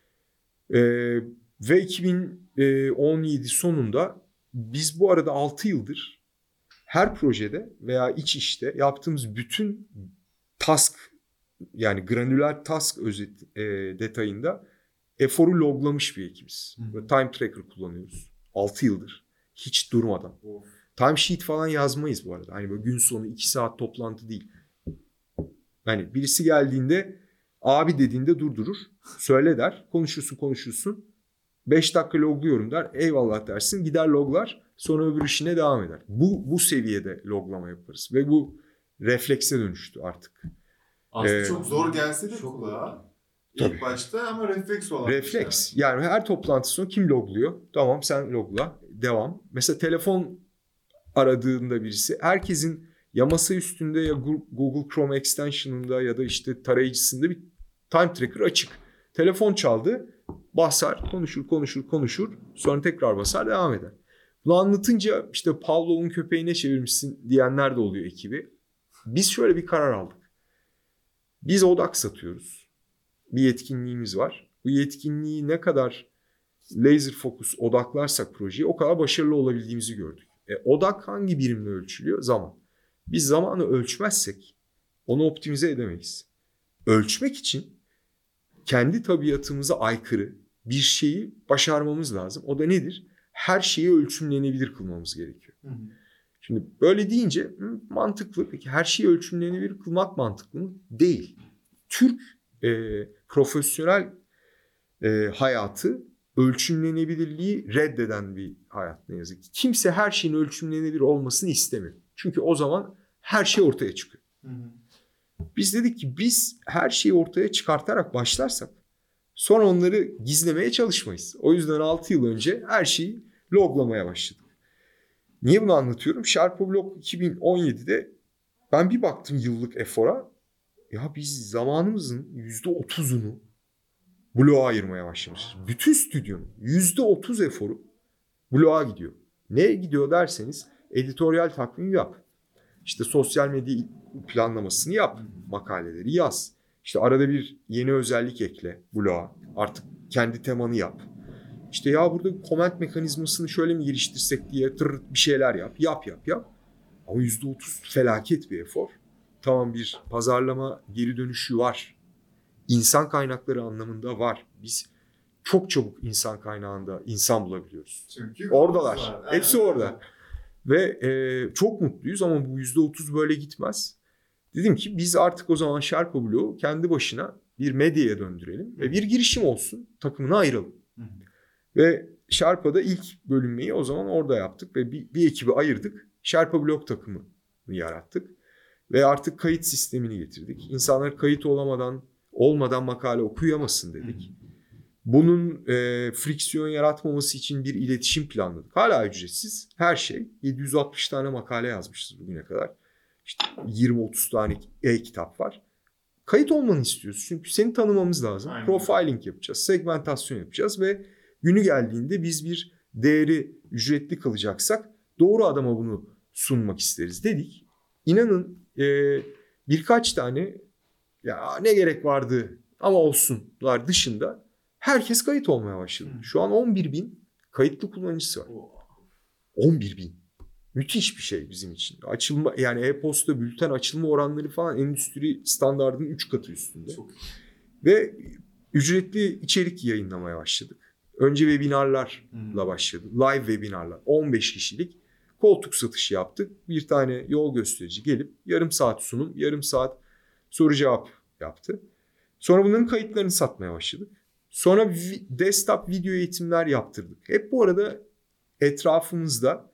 Ve 2017 sonunda biz bu arada 6 yıldır her projede veya iç işte yaptığımız bütün task yani granüler task detayında eforu loglamış bir ekibiz. Time tracker kullanıyoruz. 6 yıldır. Hiç durmadan. Timesheet falan yazmayız bu arada. Hani böyle gün sonu 2 saat toplantı değil. Yani birisi geldiğinde abi dediğinde durdurur. Söyle der. Konuşursun. 5 dakika logluyorum der. Eyvallah dersin. Gider loglar. Sonra öbür işine devam eder. Bu seviyede loglama yaparız. Ve bu reflekse dönüştü artık. Aslında çok zor gelse de çok kulağa Tabii. ilk başta ama refleks olan. Refleks. Yani her toplantı sonu kim logluyor? Tamam sen logla. Devam. Mesela telefon aradığında birisi herkesin ya masa üstünde ya Google Chrome extension'ında ya da işte tarayıcısında bir time tracker açık. Telefon çaldı. Basar, konuşur. Sonra tekrar basar, devam eder. Bunu anlatınca işte Pavlov'un köpeğine çevirmişsin diyenler de oluyor ekibi. Biz şöyle bir karar aldık. Biz odak satıyoruz. Bir yetkinliğimiz var. Bu yetkinliği ne kadar laser focus odaklarsak projeye o kadar başarılı olabildiğimizi gördük. Odak hangi birimle ölçülüyor? Zaman. Biz zamanı ölçmezsek onu optimize edemeyiz. Ölçmek için kendi tabiatımıza aykırı bir şeyi başarmamız lazım. O da nedir? Her şeyi ölçümlenebilir kılmamız gerekiyor. Şimdi böyle deyince mantıklı. Peki her şeyi ölçümlenebilir kılmak mantıklı mı? Değil. Türk profesyonel hayatı ölçümlenebilirliği reddeden bir hayat ne yazık ki. Kimse her şeyin ölçümlenebilir olmasını istemiyor. Çünkü o zaman her şey ortaya çıkıyor. Hı hı. Biz dedik ki biz her şeyi ortaya çıkartarak başlarsak sonra onları gizlemeye çalışmayız. O yüzden 6 yıl önce her şeyi loglamaya başladık. Niye bunu anlatıyorum? Sherpa-Blog 2017'de ben bir baktım yıllık efora. Ya biz zamanımızın %30'unu bloğa ayırmaya başlamışız. Bütün stüdyonun %30 eforu bloğa gidiyor. Neye gidiyor derseniz editoryal takvim yap. İşte sosyal medya planlamasını yap. Makaleleri yaz. İşte arada bir yeni özellik ekle bloğa. Artık kendi temanı yap. İşte ya burada comment mekanizmasını şöyle mi geliştirsek diye bir şeyler yap. Yap. Ama %30 felaket bir efor. Tamam, bir pazarlama geri dönüşü var. İnsan kaynakları anlamında var. Biz çok çabuk insan kaynağında insan bulabiliyoruz. Çünkü Oradalar. var. Hepsi orada. Ve çok mutluyuz ama bu %30 böyle gitmez. Dedim ki biz artık o zaman Sherpa-Blog'u kendi başına bir medyaya döndürelim ve bir girişim olsun. Takımını ayıralım. Hı hı. Ve Sherpa'da ilk bölünmeyi o zaman orada yaptık ve bir ekibi ayırdık. Sherpa-Blog takımını yarattık. Ve artık kayıt sistemini getirdik. İnsanlar kayıt olmadan makale okuyamasın dedik. Bunun friksiyon yaratmaması için bir iletişim planladık. Hala ücretsiz. Her şey. 760 tane makale yazmışız bugüne kadar. İşte 20-30 tane e-kitap var. Kayıt olmanı istiyoruz. Çünkü seni tanımamız lazım. Aynen. Profiling yapacağız. Segmentasyon yapacağız ve günü geldiğinde biz bir değeri ücretli kılacaksak doğru adama bunu sunmak isteriz dedik. İnanın birkaç tane ya ne gerek vardı ama olsunlar dışında herkes kayıt olmaya başladı. Şu an 11.000 kayıtlı kullanıcısı var. 11.000. Müthiş bir şey bizim için. Açılma, yani e-posta, bülten açılma oranları falan endüstri standardının 3 katı üstünde. Çok iyi. Ve ücretli içerik yayınlamaya başladık. Önce webinarlarla başladı. Live webinarlar. 15 kişilik koltuk satışı yaptık. Bir tane yol gösterici gelip yarım saat sunum, yarım saat soru cevap yaptı. Sonra bunların kayıtlarını satmaya başladık. Sonra desktop video eğitimler yaptırdık. Hep bu arada etrafımızda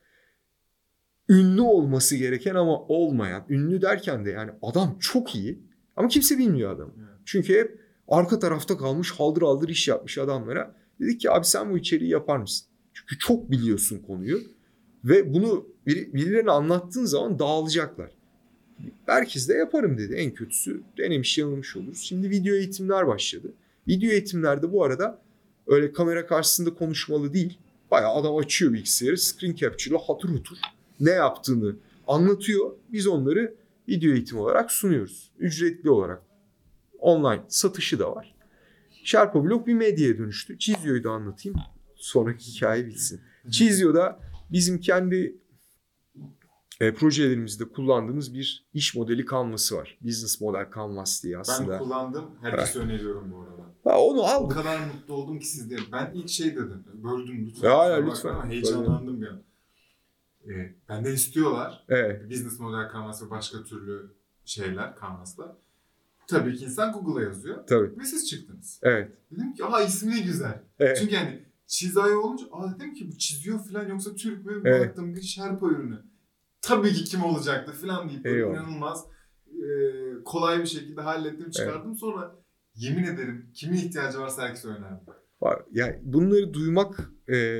ünlü olması gereken ama olmayan, ünlü derken de yani adam çok iyi ama kimse bilmiyor adamı. Çünkü hep arka tarafta kalmış, haldır haldır iş yapmış adamlara dedik ki abi sen bu içeriği yapar mısın? Çünkü çok biliyorsun konuyu ve bunu birilerine anlattığın zaman dağılacaklar. Herkes de yaparım dedi. En kötüsü denemiş yanılmış oluruz. Şimdi video eğitimler başladı. Video eğitimlerde bu arada öyle kamera karşısında konuşmalı değil. Bayağı adam açıyor bilgisayarı, screen capture'la hatır hutur ne yaptığını anlatıyor. Biz onları video eğitim olarak sunuyoruz. Ücretli olarak. Online satışı da var. Sherpa-Blog bir medyaya dönüştü. Çizio'yu da anlatayım. Sonraki hikaye bitsin. Çizio'da bizim kendi projelerimizde kullandığımız bir iş modeli kanvası var. Business Model Canvas diye aslında. Ben kullandım. Herkese öneriyorum bu arada. Onu O aldık. kadar mutlu oldum ki siz de. Ben ilk şey dedim. Böldüm lütfen. Ya, Kusura lütfen. bakma ama heyecanlandım bir an. Benden istiyorlar. Evet. Business Model Canvas ve başka türlü şeyler Canvas'la. Tabii ki insan Google'a yazıyor. Tabii. Ve siz çıktınız. Evet. Dedim ki ismi ne güzel. Evet. Çünkü hani Çizayo olunca dedim ki bu çiziyor falan yoksa Türk mü? Evet. Baktım bir Sherpa ürünü. Tabii ki kim olacaktı falan deyip inanılmaz kolay bir şekilde hallettim çıkardım. Evet. Sonra yemin ederim kimin ihtiyacı varsa herkese önerdim. Yani bunları duymak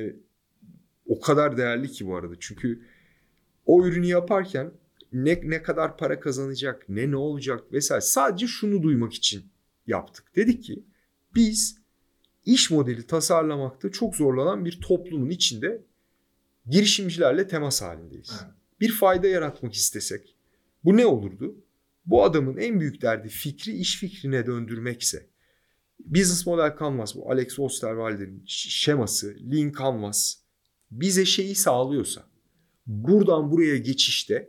o kadar değerli ki bu arada. Çünkü o ürünü yaparken ne kadar para kazanacak, ne olacak vesaire sadece şunu duymak için yaptık. Dedik ki biz iş modeli tasarlamakta çok zorlanan bir toplumun içinde girişimcilerle temas halindeyiz. Evet. Bir fayda yaratmak istesek bu ne olurdu? Bu adamın en büyük derdi fikri iş fikrine döndürmekse Business Model Canvas, bu Alex Osterwalder'in şeması, Lean Canvas bize şeyi sağlıyorsa buradan buraya geçişte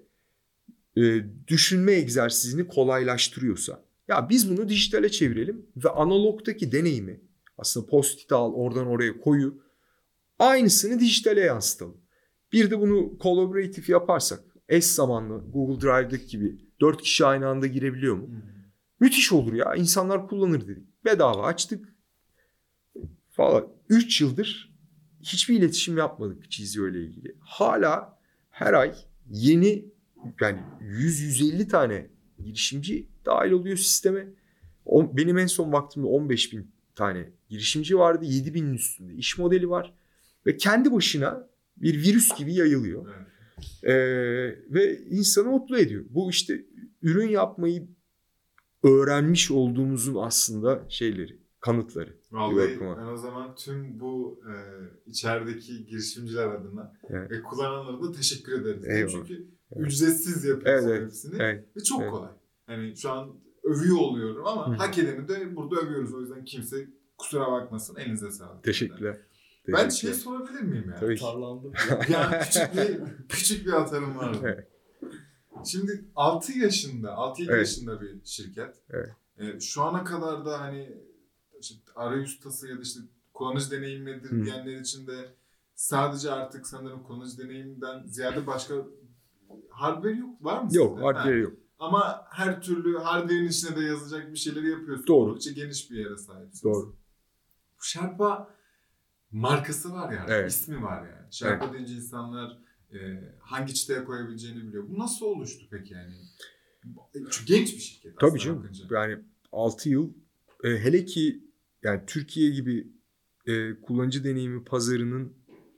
düşünme egzersizini kolaylaştırıyorsa ya biz bunu dijitale çevirelim ve analogdaki deneyimi aslında post-it al oradan oraya koyu aynısını dijitale yansıtalım. Bir de bunu collaborative yaparsak eş zamanlı Google Drive'daki gibi 4 kişi aynı anda girebiliyor mu? Müthiş olur ya. İnsanlar kullanır dedik. Bedava açtık. Falan. 3 yıldır hiçbir iletişim yapmadık Çizio ile ilgili. Hala her ay yeni yani 100-150 tane girişimci dahil oluyor sisteme. Benim en son baktığımda 15.000 tane girişimci vardı. 7.000'in üstünde iş modeli var. Ve kendi başına bir virüs gibi yayılıyor. Evet. Ve insanı mutlu ediyor. Bu işte ürün yapmayı öğrenmiş olduğumuzun aslında kanıtları. Vallahi ben o zaman tüm bu içerideki girişimciler adına ve kullananlara da teşekkür ederiz. Eyvallah. Çünkü ücretsiz yapıyoruz hepsini ve çok kolay. Hani şu an övüyor oluyorum ama hak edeni de burada övüyoruz. O yüzden kimse kusura bakmasın. Elinize sağlık. Teşekkürler. Ben sorabilir miyim yani? Tabii. Tarlandım. Yani küçük bir atarım var. Evet. Şimdi 6-7 yaşında bir şirket. Evet. Şu ana kadar da hani işte arayüz tası ya da işte kullanıcı deneyim nedir diyenler için de sadece artık sanırım kullanıcı deneyiminden ziyade başka hardware var mı sizde? Yok, hardware yok. Ama her türlü hardware'in içine de yazacak bir şeyleri yapıyorsunuz. Doğru. Oldukça geniş bir yere sahipsiniz. Doğru. Sherpa markası var yani. Evet. İsmi var yani. Sherpa deyince insanlar hangi çıtaya koyabileceğini biliyor. Bu nasıl oluştu peki yani? Çünkü genç bir şirket Tabii aslında canım. bakınca. Yani 6 yıl hele ki yani Türkiye gibi kullanıcı deneyimi pazarının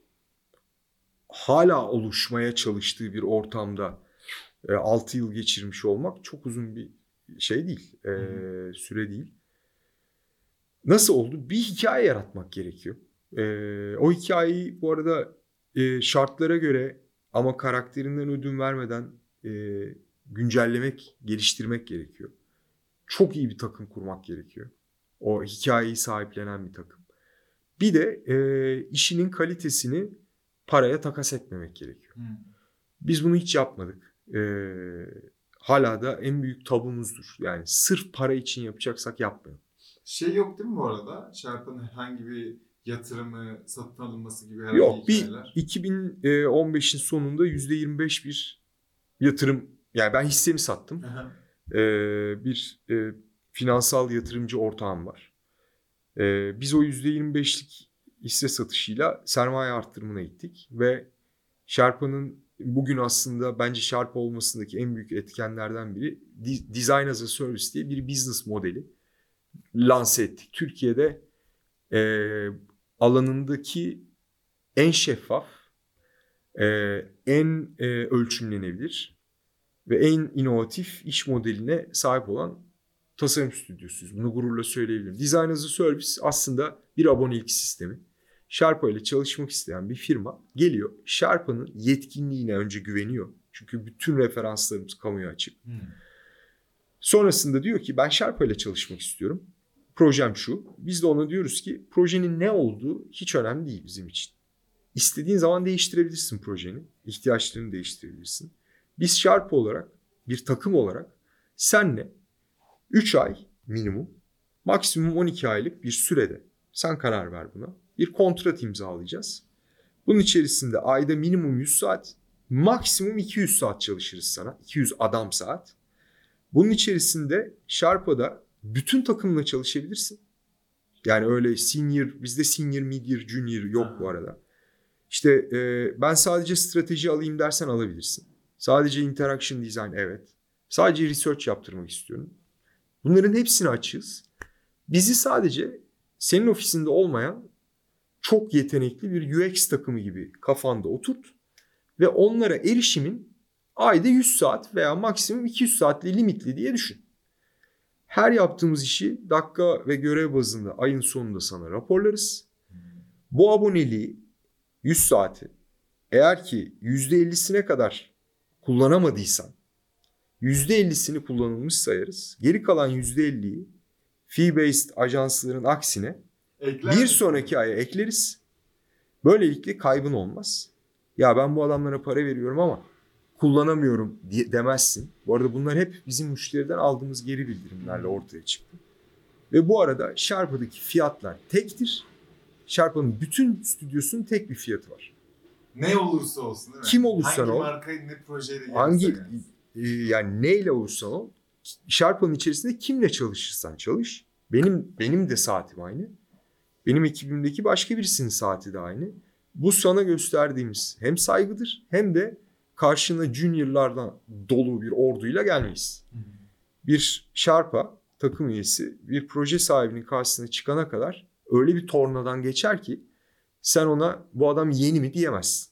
hala oluşmaya çalıştığı bir ortamda 6 yıl geçirmiş olmak çok uzun bir şey değil. Süre değil. Nasıl oldu? Bir hikaye yaratmak gerekiyor. O hikayeyi bu arada şartlara göre ama karakterinden ödün vermeden güncellemek, geliştirmek gerekiyor. Çok iyi bir takım kurmak gerekiyor. O hikayeyi sahiplenen bir takım. Bir de işinin kalitesini paraya takas etmemek gerekiyor. Biz bunu hiç yapmadık. Hala da en büyük tabumuzdur. Yani sırf para için yapacaksak yapmayalım. Yok değil mi bu arada? Sherpa'nın herhangi bir yatırımı, satın alınması gibi herhangi Yok, hikayeler? 2015'in sonunda %25 bir yatırım. Yani ben hissemi sattım. Bir finansal yatırımcı ortağım var. Biz o %25'lik hisse satışıyla sermaye arttırımına gittik ve Sherpa'nın bugün aslında bence Sherpa olmasındaki en büyük etkenlerden biri Design as a Service diye bir business modeli lanse ettik. Türkiye'de alanındaki en şeffaf, en ölçümlenebilir ve en inovatif iş modeline sahip olan tasarım stüdyosuyuz. Bunu gururla söyleyebilirim. Design as a Service aslında bir abonelik sistemi. Sherpa ile çalışmak isteyen bir firma geliyor. Sherpa'nın yetkinliğine önce güveniyor. Çünkü bütün referanslarımız kamuya açık. Sonrasında diyor ki ben Sherpa ile çalışmak istiyorum. Projem şu. Biz de ona diyoruz ki projenin ne olduğu hiç önemli değil bizim için. İstediğin zaman değiştirebilirsin projeni. İhtiyaçlarını değiştirebilirsin. Biz Sherpa olarak, bir takım olarak senle 3 ay minimum, maksimum 12 aylık bir sürede sen karar ver buna. Bir kontrat imzalayacağız. Bunun içerisinde ayda minimum 100 saat, maksimum 200 saat çalışırız sana. 200 adam saat. Bunun içerisinde Sherpa'da bütün takımla çalışabilirsin. Yani öyle bizde senior, medium, junior yok bu arada. İşte ben sadece strateji alayım dersen alabilirsin. Sadece interaction design evet. Sadece research yaptırmak istiyorum. Bunların hepsini açığız. Bizi sadece senin ofisinde olmayan çok yetenekli bir UX takımı gibi kafanda oturt ve onlara erişimin ayda 100 saat veya maksimum 200 saatli limitli diye düşün. Her yaptığımız işi dakika ve görev bazında ayın sonunda sana raporlarız. Bu aboneliği 100 saati eğer ki %50'sine kadar kullanamadıysan %50'sini kullanılmış sayarız. Geri kalan %50'yi fee-based ajansların aksine bir sonraki aya ekleriz. Böylelikle kaybın olmaz. Ya ben bu adamlara para veriyorum ama kullanamıyorum demezsin. Bu arada bunlar hep bizim müşteriden aldığımız geri bildirimlerle ortaya çıktı. Ve bu arada Sherpa'daki fiyatlar tektir. Sherpa'nın bütün stüdyosunun tek bir fiyatı var. Ne olursa olsun değil mi? Kim olursan hangi ol. markayı ne projeyle Hangi yani neyle olursan ol. Sherpa'nın içerisinde kimle çalışırsan çalış. Benim de saatim aynı. Benim ekibimdeki başka birisinin saati de aynı. Bu sana gösterdiğimiz hem saygıdır hem de karşına juniorlardan dolu bir orduyla gelmeyiz. Bir Sherpa takım üyesi bir proje sahibinin karşısına çıkana kadar öyle bir tornadan geçer ki sen ona bu adam yeni mi diyemezsin.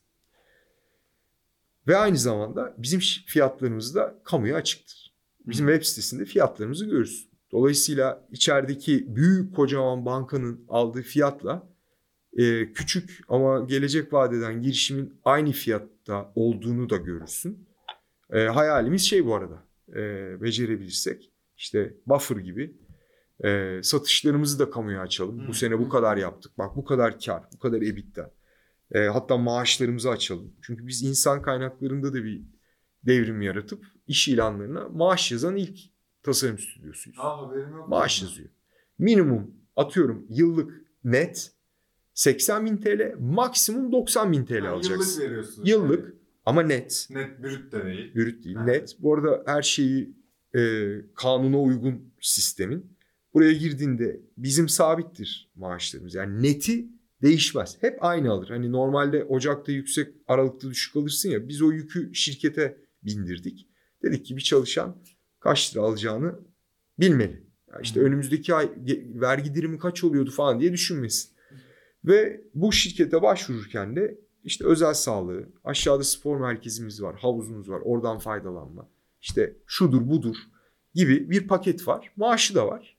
Ve aynı zamanda bizim fiyatlarımız da kamuya açıktır. Bizim web sitesinde fiyatlarımızı görürsün. Dolayısıyla içerideki büyük kocaman bankanın aldığı fiyatla küçük ama gelecek vadeden girişimin aynı fiyatta olduğunu da görürsün. Hayalimiz bu arada. Becerebilirsek işte buffer gibi satışlarımızı da kamuya açalım. Bu sene bu kadar yaptık. Bak bu kadar kar, bu kadar EBITDA. Hatta maaşlarımızı açalım. Çünkü biz insan kaynaklarında da bir devrim yaratıp iş ilanlarına maaş yazan ilk tasarım stüdyosuyuz. Haberim yok. Maaş yazıyor. Minimum atıyorum yıllık net 80.000 TL, maksimum 90.000 TL alacaksın. Yıllık veriyorsun. Yıllık yani. Ama net. Net, brüt de değil. Brüt değil, net. Bu arada her şeyi kanuna uygun sistemin. Buraya girdiğinde bizim sabittir maaşlarımız. Yani neti değişmez. Hep aynı alır. Hani normalde Ocak'ta yüksek, Aralık'ta düşük alırsın ya. Biz o yükü şirkete bindirdik. Dedik ki bir çalışan kaç lira alacağını bilmeli. Yani işte önümüzdeki ay vergi dirimi kaç oluyordu falan diye düşünmesin. Ve bu şirkete başvururken de işte özel sağlığı, aşağıda spor merkezimiz var, havuzumuz var, oradan faydalanma. İşte şudur budur gibi bir paket var. Maaşı da var.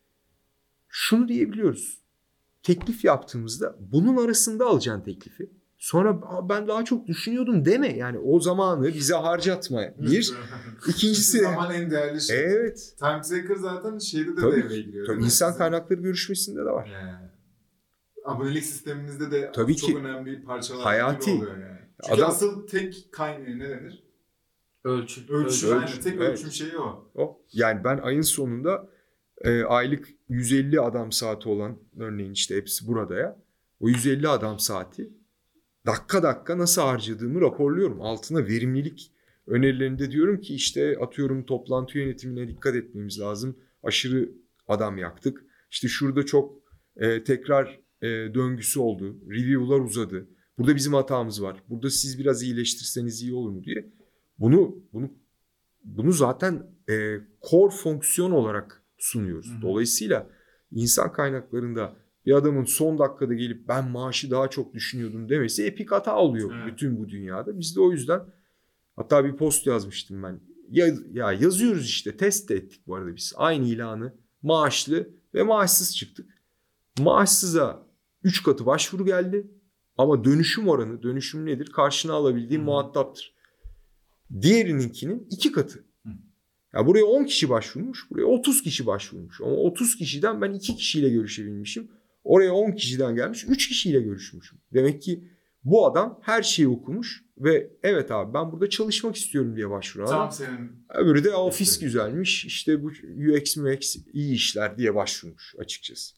Şunu diyebiliyoruz. Teklif yaptığımızda bunun arasında alacaksın teklifi. Sonra ben daha çok düşünüyordum deme. Yani o zamanı bize harcatma. Bir. İkincisi. Zaman en değerli şey. Evet. Time Tracker zaten şeyde de tabii, devreye giriyor. Tabii insan kaynakları görüşmesinde de var. Abonelik sisteminizde de tabii çok ki, önemli parçalar hayati oluyor yani. Çünkü asıl tek kaynağı ne denir? Ölçü. Aynen, tek ölçüm şeyi o. Yani ben ayın sonunda aylık 150 adam saati olan, örneğin işte hepsi burada ya. O 150 adam saati dakika nasıl harcadığımı raporluyorum. Altına verimlilik önerilerinde diyorum ki işte atıyorum toplantı yönetimine dikkat etmemiz lazım. Aşırı adam yaktık. İşte şurada çok tekrar döngüsü oldu. Review'lar uzadı. Burada bizim hatamız var. Burada siz biraz iyileştirseniz iyi olur mu diye. Bunu zaten core fonksiyon olarak sunuyoruz. Dolayısıyla insan kaynaklarında bir adamın son dakikada gelip ben maaşı daha çok düşünüyordum demesi epik hata oluyor bütün bu dünyada. Biz de o yüzden hatta bir post yazmıştım ben. Ya yazıyoruz işte, test de ettik bu arada biz. Aynı ilanı maaşlı ve maaşsız çıktık. Maaşsıza 3 katı başvuru geldi ama dönüşüm nedir? Karşına alabildiğin muhataptır. Diğerininkinin 2 katı. Ya buraya 10 kişi başvurmuş, buraya 30 kişi başvurmuş. Ama 30 kişiden ben 2 kişiyle görüşebilmişim. Oraya 10 kişiden gelmiş, 3 kişiyle görüşmüşüm. Demek ki bu adam her şeyi okumuş ve evet abi ben burada çalışmak istiyorum diye başvuran adam. Öbürü de ofis güzelmiş, işte bu UX iyi işler diye başvurmuş açıkçası.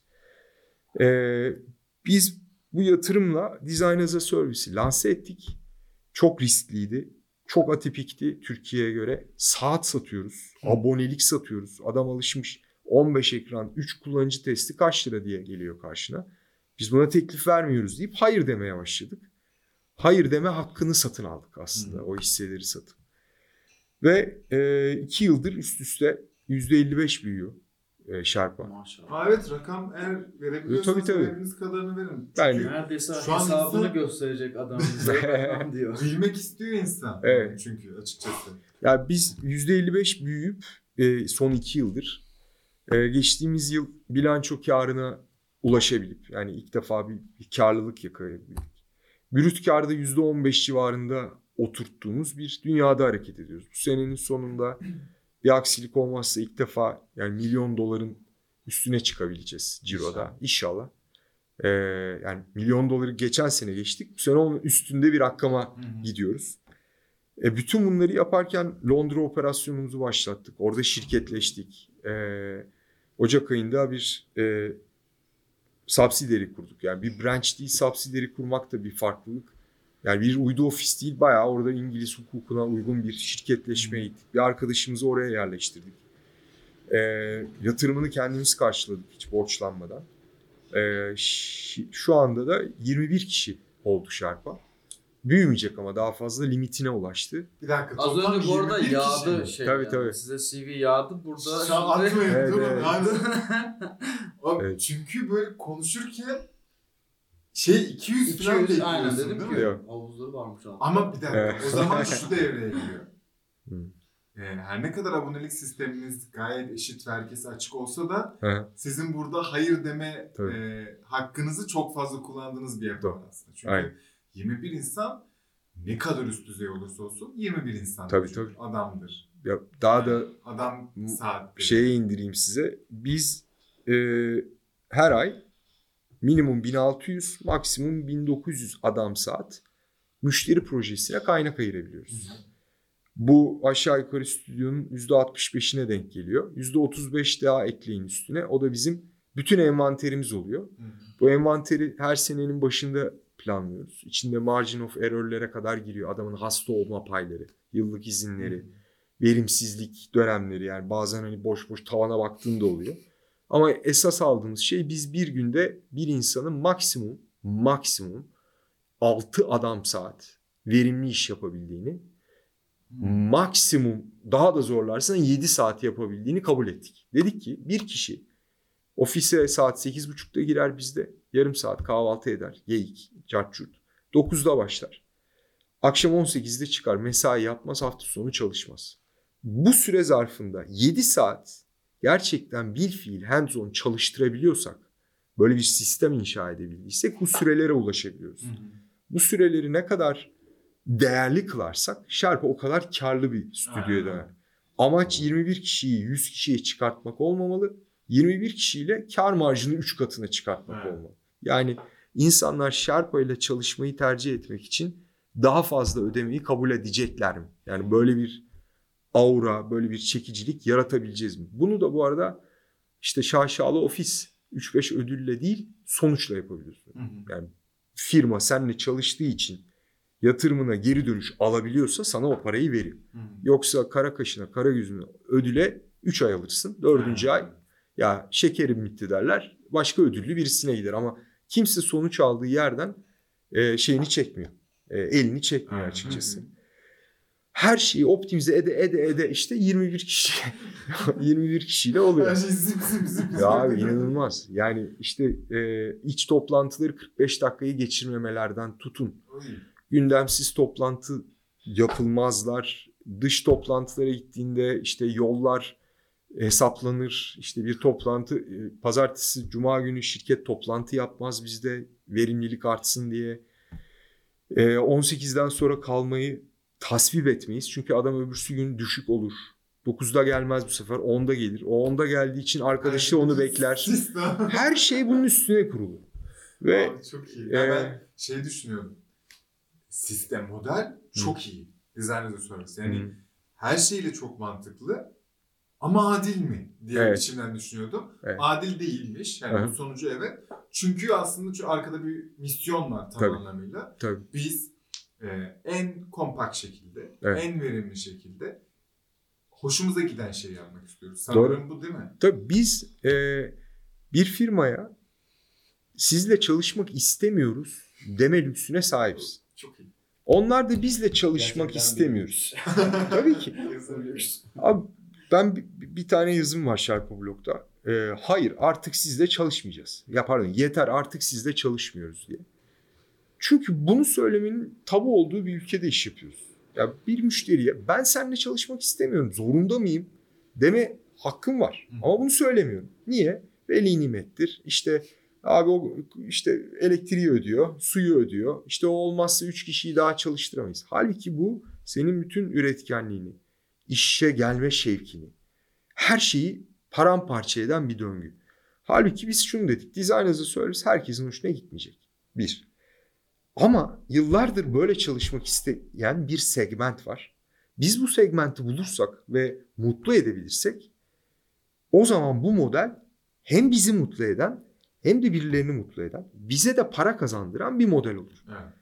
Biz bu yatırımla Design as a Service'i lanse ettik. Çok riskliydi. Çok atipikti Türkiye'ye göre. Saat satıyoruz. Abonelik satıyoruz. Adam alışmış 15 ekran, 3 kullanıcı testi kaç lira diye geliyor karşına. Biz buna teklif vermiyoruz deyip hayır demeye başladık. Hayır deme hakkını satın aldık aslında. O hisseleri satıp. Ve 2 yıldır üst üste %55 büyüyor Sherpa. Maşallah. Evet, rakam eğer verebiliyorsanız tabii. verdiğiniz kadarını verin. Çünkü neredeyse şu hesabını gösterecek adam bize diyor. Bilmek istiyor insan. Evet. Çünkü açıkçası. Ya biz %55 büyüyüp son 2 yıldır geçtiğimiz yıl bilanço karına ulaşabilip yani ilk defa bir karlılık yakalayabildik. Brüt karda %15 civarında oturttuğumuz bir dünyada hareket ediyoruz. Bu senenin sonunda bir aksilik olmazsa ilk defa yani $1 milyon üstüne çıkabileceğiz ciroda inşallah. Yani $1 milyon geçen sene geçtik. Bu sene onun üstünde bir rakama gidiyoruz. Bütün bunları yaparken Londra operasyonumuzu başlattık. Orada şirketleştik. Ocak ayında bir subsidiary kurduk. Yani bir branch değil, subsidiary kurmak da bir farklılık. Yani bir uydu ofis değil, bayağı orada İngiliz hukukuna uygun bir şirketleşmeye gittik. Bir arkadaşımızı oraya yerleştirdik. Yatırımını kendimiz karşıladık hiç borçlanmadan. Şu anda da 21 kişi oldu Sherpa. Büyümeyecek ama daha fazla limitine ulaştı. Bir dakika. Az toplam önce bu arada 21 kişi yağdı mi? şey. Tabii, yani. tabii. Size CV yağdı burada. Şu an atmayın Evet, değil mi? evet. Hani- Abi, Evet. çünkü böyle konuşurken 200 falan 200 aynen bekliyorsun dedim değil ki. mi? Yok. Havuzları varmış abi. Ama bir dakika Evet. o zaman şu devreye giriyor. Hı. Her ne kadar abonelik sisteminiz gayet eşit ve herkese açık olsa da Hı. sizin burada hayır deme Tabii. hakkınızı çok fazla kullandığınız bir yapı var aslında. Çünkü Aynen. 21 insan ne kadar üst düzey olursa olsun 21 insan. Tabii, çünkü tabii. Adamdır. Ya daha da Adam saatleri. şeye indireyim size. Biz her ay minimum 1600, maksimum 1900 adam saat müşteri projesine kaynak ayırabiliyoruz. Hı hı. Bu aşağı yukarı stüdyonun %65'ine denk geliyor. %35 daha ekleyin üstüne. O da bizim bütün envanterimiz oluyor. Hı hı. Bu envanteri her senenin başında planlıyoruz. İçinde margin of error'lere kadar giriyor. Adamın hasta olma payları, yıllık izinleri, verimsizlik dönemleri. Yani bazen hani boş boş tavana baktığında oluyor. Ama esas aldığımız şey biz bir günde bir insanın maksimum 6 adam saat verimli iş yapabildiğini, maksimum daha da zorlarsan 7 saat yapabildiğini kabul ettik. Dedik ki bir kişi ofise saat 8.30'da girer bizde. Yarım saat kahvaltı eder. Geyik, carçurt. 9'da başlar. Akşam 18'de çıkar. Mesai yapmaz, hafta sonu çalışmaz. Bu süre zarfında 7 saat gerçekten bilfiil hands-on çalıştırabiliyorsak, böyle bir sistem inşa edebildiysek bu sürelere ulaşabiliyoruz. Hı hı. Bu süreleri ne kadar değerli kılarsak Sherpa o kadar karlı bir stüdyoya döner. Amaç 21 kişiyi 100 kişiye çıkartmak olmamalı. 21 kişiyle kar marjını 3 katına çıkartmak olmalı. Yani insanlar Sherpa ile çalışmayı tercih etmek için daha fazla ödemeyi kabul edecekler mi? Yani böyle bir aura, böyle bir çekicilik yaratabileceğiz mi? Bunu da bu arada işte şaşalı ofis 3-5 ödülle değil sonuçla yapabiliyorsun. Hı hı. Yani firma seninle çalıştığı için yatırımına geri dönüş alabiliyorsa sana o parayı veriyor. Hı hı. Yoksa kara kaşına kara gözüne ödüle 3 ay alırsın. 4. ay ya şekerim bitti derler. Başka ödüllü birisine gider ama kimse sonuç aldığı yerden şeyini çekmiyor. Elini çekmiyor açıkçası. Her şeyi optimize ede işte 21 kişi 21 kişiyle oluyor. Her şey zip. Ya abi inanılmaz. Yani işte iç toplantıları 45 dakikayı geçirmemelerden tutun. Oy. Gündemsiz toplantı yapılmazlar. Dış toplantılara gittiğinde işte yollar hesaplanır. İşte bir toplantı pazartesi, cuma günü şirket toplantı yapmaz bizde verimlilik artsın diye. 18'den sonra kalmayı tasvip etmeyiz. Çünkü adam öbürsü gün düşük olur. 9'da gelmez bu sefer 10'da gelir. O 10'da geldiği için arkadaşı onu bekler. Sistem. Her şey bunun üstüne kurulu. Ve Abi çok iyi. Yani ben şey düşünüyorum. Sistem model çok iyi. Dizayner'da sonrası. Yani her şeyle çok mantıklı. Ama adil mi diye içimden düşünüyordum. Evet. Adil değilmiş. Yani bu sonucu evet. Çünkü aslında şu arkada bir misyon var tam anlamıyla. Tabii. Biz en kompakt şekilde, en verimli şekilde hoşumuza giden şeyi yapmak istiyoruz. Sanırım bu değil mi? Tabii biz bir firmaya sizle çalışmak istemiyoruz deme lüksüne sahibiz. Çok iyi. Onlar da bizle çalışmak istemiyoruz. Tabii ki. Abi ben bir tane yazım var Sherpa Blog'da. Hayır artık sizle çalışmayacağız. Ya pardon yeter artık sizle çalışmıyoruz diye. Çünkü bunu söylemenin tabu olduğu bir ülkede iş yapıyoruz. Ya bir müşteriye ben seninle çalışmak istemiyorum zorunda mıyım deme hakkım var. Ama bunu söylemiyorum. Niye? Veli nimettir. İşte abi o işte elektriği ödüyor, suyu ödüyor. İşte o olmazsa 3 kişiyi daha çalıştıramayız. Halbuki bu senin bütün üretkenliğini, işe gelme şevkini, her şeyi paramparça eden bir döngü. Halbuki biz şunu dedik. Designer'da söyleriz herkesin hoşuna gitmeyecek. Bir. Ama yıllardır böyle çalışmak isteyen bir segment var. Biz bu segmenti bulursak ve mutlu edebilirsek o zaman bu model hem bizi mutlu eden hem de birilerini mutlu eden, bize de para kazandıran bir model olur. Evet.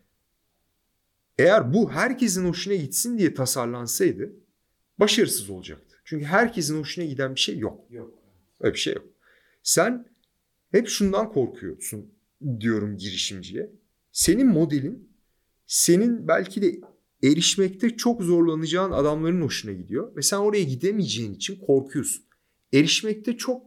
Eğer bu herkesin hoşuna gitsin diye tasarlansaydı başarısız olacaktı. Çünkü herkesin hoşuna giden bir şey yok. Öyle bir şey yok. Sen hep şundan korkuyorsun diyorum girişimciye. Senin modelin senin belki de erişmekte çok zorlanacağın adamların hoşuna gidiyor. Ve sen oraya gidemeyeceğin için korkuyorsun. Erişmekte çok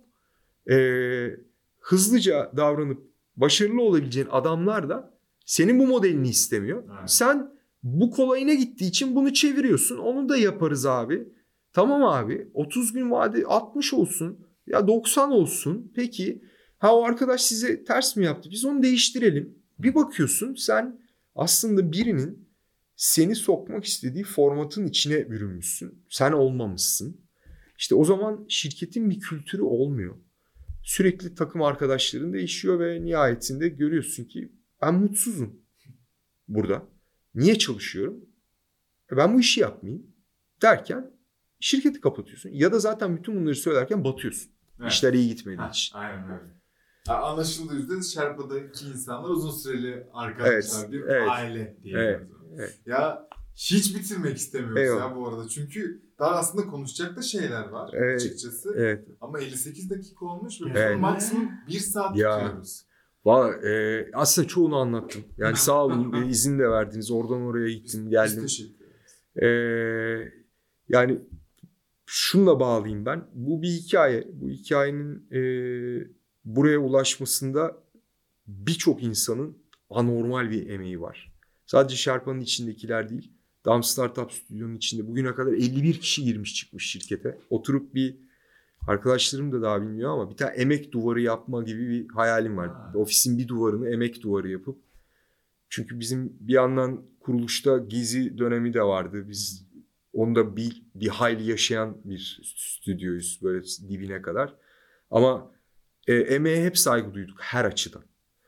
hızlıca davranıp başarılı olabileceğin adamlar da senin bu modelini istemiyor. Evet. Sen bu kolayına gittiği için bunu çeviriyorsun. Onu da yaparız abi. Tamam abi 30 gün vade 60 olsun ya 90 olsun. Peki o arkadaş size ters mi yaptı? Biz onu değiştirelim. Bir bakıyorsun sen aslında birinin seni sokmak istediği formatın içine bürünmüşsün. Sen olmamışsın. İşte o zaman şirketin bir kültürü olmuyor. Sürekli takım arkadaşların değişiyor ve nihayetinde görüyorsun ki ben mutsuzum burada. Niye çalışıyorum? Ben bu işi yapmayayım derken şirketi kapatıyorsun. Ya da zaten bütün bunları söylerken batıyorsun. Evet. İşler iyi gitmediği için. Aynen öyle. Anlaşıldığı üzere Sherpa'daki insanlar uzun süreli arkadaşlar, Evet, bir evet. aile diyelim. Evet. Ya hiç bitirmek istemiyoruz Eyvallah. ya bu arada. Çünkü daha aslında konuşacak da şeyler var Evet, açıkçası. Evet. Ama 58 dakika olmuş ve Evet. maksimum 1 saat Ya. tutuyoruz. Vallahi, aslında çoğunu anlattım. Yani sağ olun izin de verdiniz. Oradan oraya gittim Biz geldim. teşekkür ederiz. Yani şunla bağlayayım ben. Bu bir hikaye. Bu hikayenin buraya ulaşmasında birçok insanın anormal bir emeği var. Sadece Sherpa'nın içindekiler değil. Dam Startup Stüdyo'nun içinde bugüne kadar 51 kişi girmiş çıkmış şirkete. Oturup bir arkadaşlarım da daha bilmiyor ama bir tane emek duvarı yapma gibi bir hayalim var. Ofisin bir duvarını emek duvarı yapıp. Çünkü bizim bir yandan kuruluşta gezi dönemi de vardı. Biz onda bir hayli yaşayan bir stüdyoyuz böyle dibine kadar. Ama emeğe hep saygı duyduk her açıdan.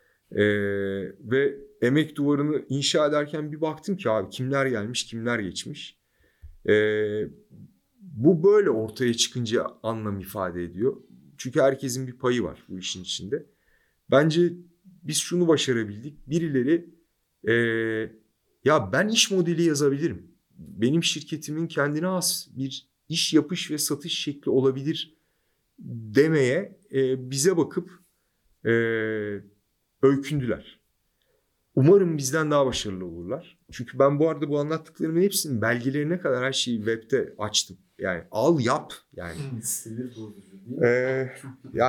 Ve emek duvarını inşa ederken bir baktım ki abi kimler gelmiş kimler geçmiş. Bu böyle ortaya çıkınca anlam ifade ediyor. Çünkü herkesin bir payı var bu işin içinde. Bence biz şunu başarabildik. Birileri ya ben iş modeli yazabilirim. Benim şirketimin kendine has bir iş yapış ve satış şekli olabilir demeye bize bakıp öykündüler. Umarım bizden daha başarılı olurlar. Çünkü ben bu arada bu anlattıklarımın hepsinin belgelerine kadar her şeyi web'te açtım. Yani al yap yani. Sinir bozucu değil mi? Ya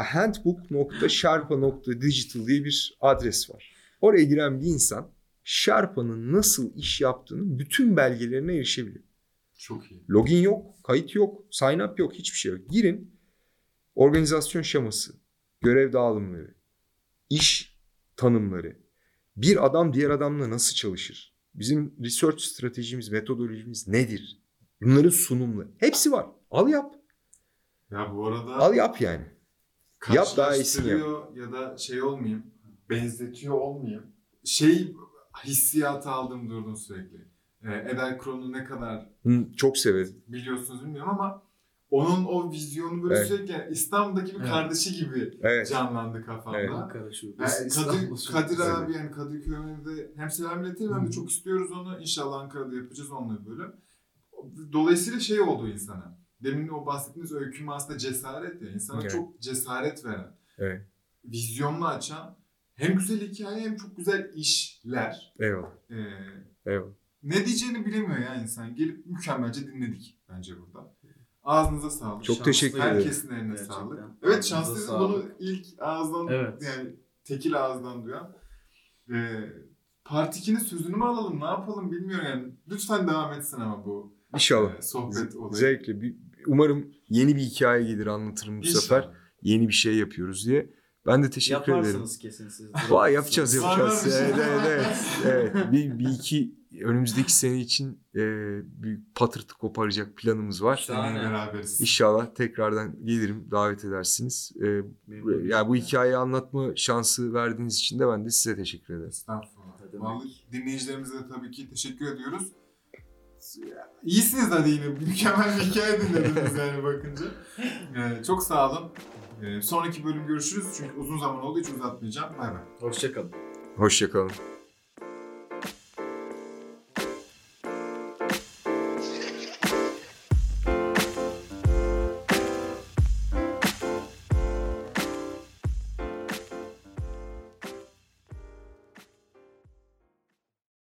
handbook.sherpa.digital diye bir adres var. Oraya giren bir insan Sherpa'nın nasıl iş yaptığının bütün belgelerine erişebiliyor. Çok iyi. Login yok, kayıt yok, sign up yok, hiçbir şey yok. Girin, organizasyon şeması, görev dağılımları, iş tanımları, bir adam diğer adamla nasıl çalışır? Bizim research stratejimiz, metodolojimiz nedir? Bunların sunumları. Hepsi var. Al yap. Ya bu arada Al yap yani. Yap daha iyisini yap. karşılaştırıyor ya da şey olmayayım, benzetiyor olmayayım. Hissiyatı aldım durdum sürekli. Eder Kron'u ne kadar Çok severim. biliyorsunuz bilmiyorum ama onun o vizyonu böyle Evet. sürekli yani İstanbul'daki bir Evet. kardeşi gibi Evet. canlandı kafamda. Evet. Ankara şubesi, Yani İstanbul Kadir şubesi. abi yani Kadıköy'de hem selam iletelim hem de çok istiyoruz onu. İnşallah Ankara'da yapacağız onunla böyle. Dolayısıyla şey oldu insana. Demin o bahsettiğiniz öyküm aslında cesaret ya. İnsana Evet. çok cesaret veren, Evet. vizyonunu açan hem güzel hikaye hem çok güzel işler. Eyvallah. Eyvallah. Ne diyeceğini bilemiyor ya insan. Gelip mükemmelce dinledik bence burada. Ağzınıza sağlık. Çok Şanslı teşekkür ederim. Herkesin eline Gerçekten. sağlık. Ağzınıza Evet şanslıyız bunu sağlık. ilk ağızdan Evet. yani tekil ağızdan duyan. Part 2'nin sözünü mü alalım ne yapalım bilmiyorum yani. Lütfen devam etsin ama bu İnşallah. sohbet olayı. Zevkle. Umarım yeni bir hikaye gelir anlatırım bu İnşallah. sefer. Yeni bir şey yapıyoruz diye. Ben de teşekkür ederim. Yaparsınız kesin siz. Vay yapacağız. Var bir şey. Evet. Bir iki önümüzdeki sene için büyük patırtı koparacak planımız var. Seninle beraberiz. İnşallah tekrardan gelirim, davet edersiniz. Yani bu hikayeyi anlatma şansı verdiğiniz için de ben de size teşekkür ederim. Estağfurullah. Ne demek. Vallahi dinleyicilerimize de tabii ki teşekkür ediyoruz. İyisiniz hadi yine. Mükemmel bir hikaye dinlediniz yani bakınca. Çok sağ olun. Sonraki bölüm görüşürüz. Çünkü uzun zaman oldu hiç uzatmayacağım. Bay bay. Hoşçakalın. Hoşça kalın.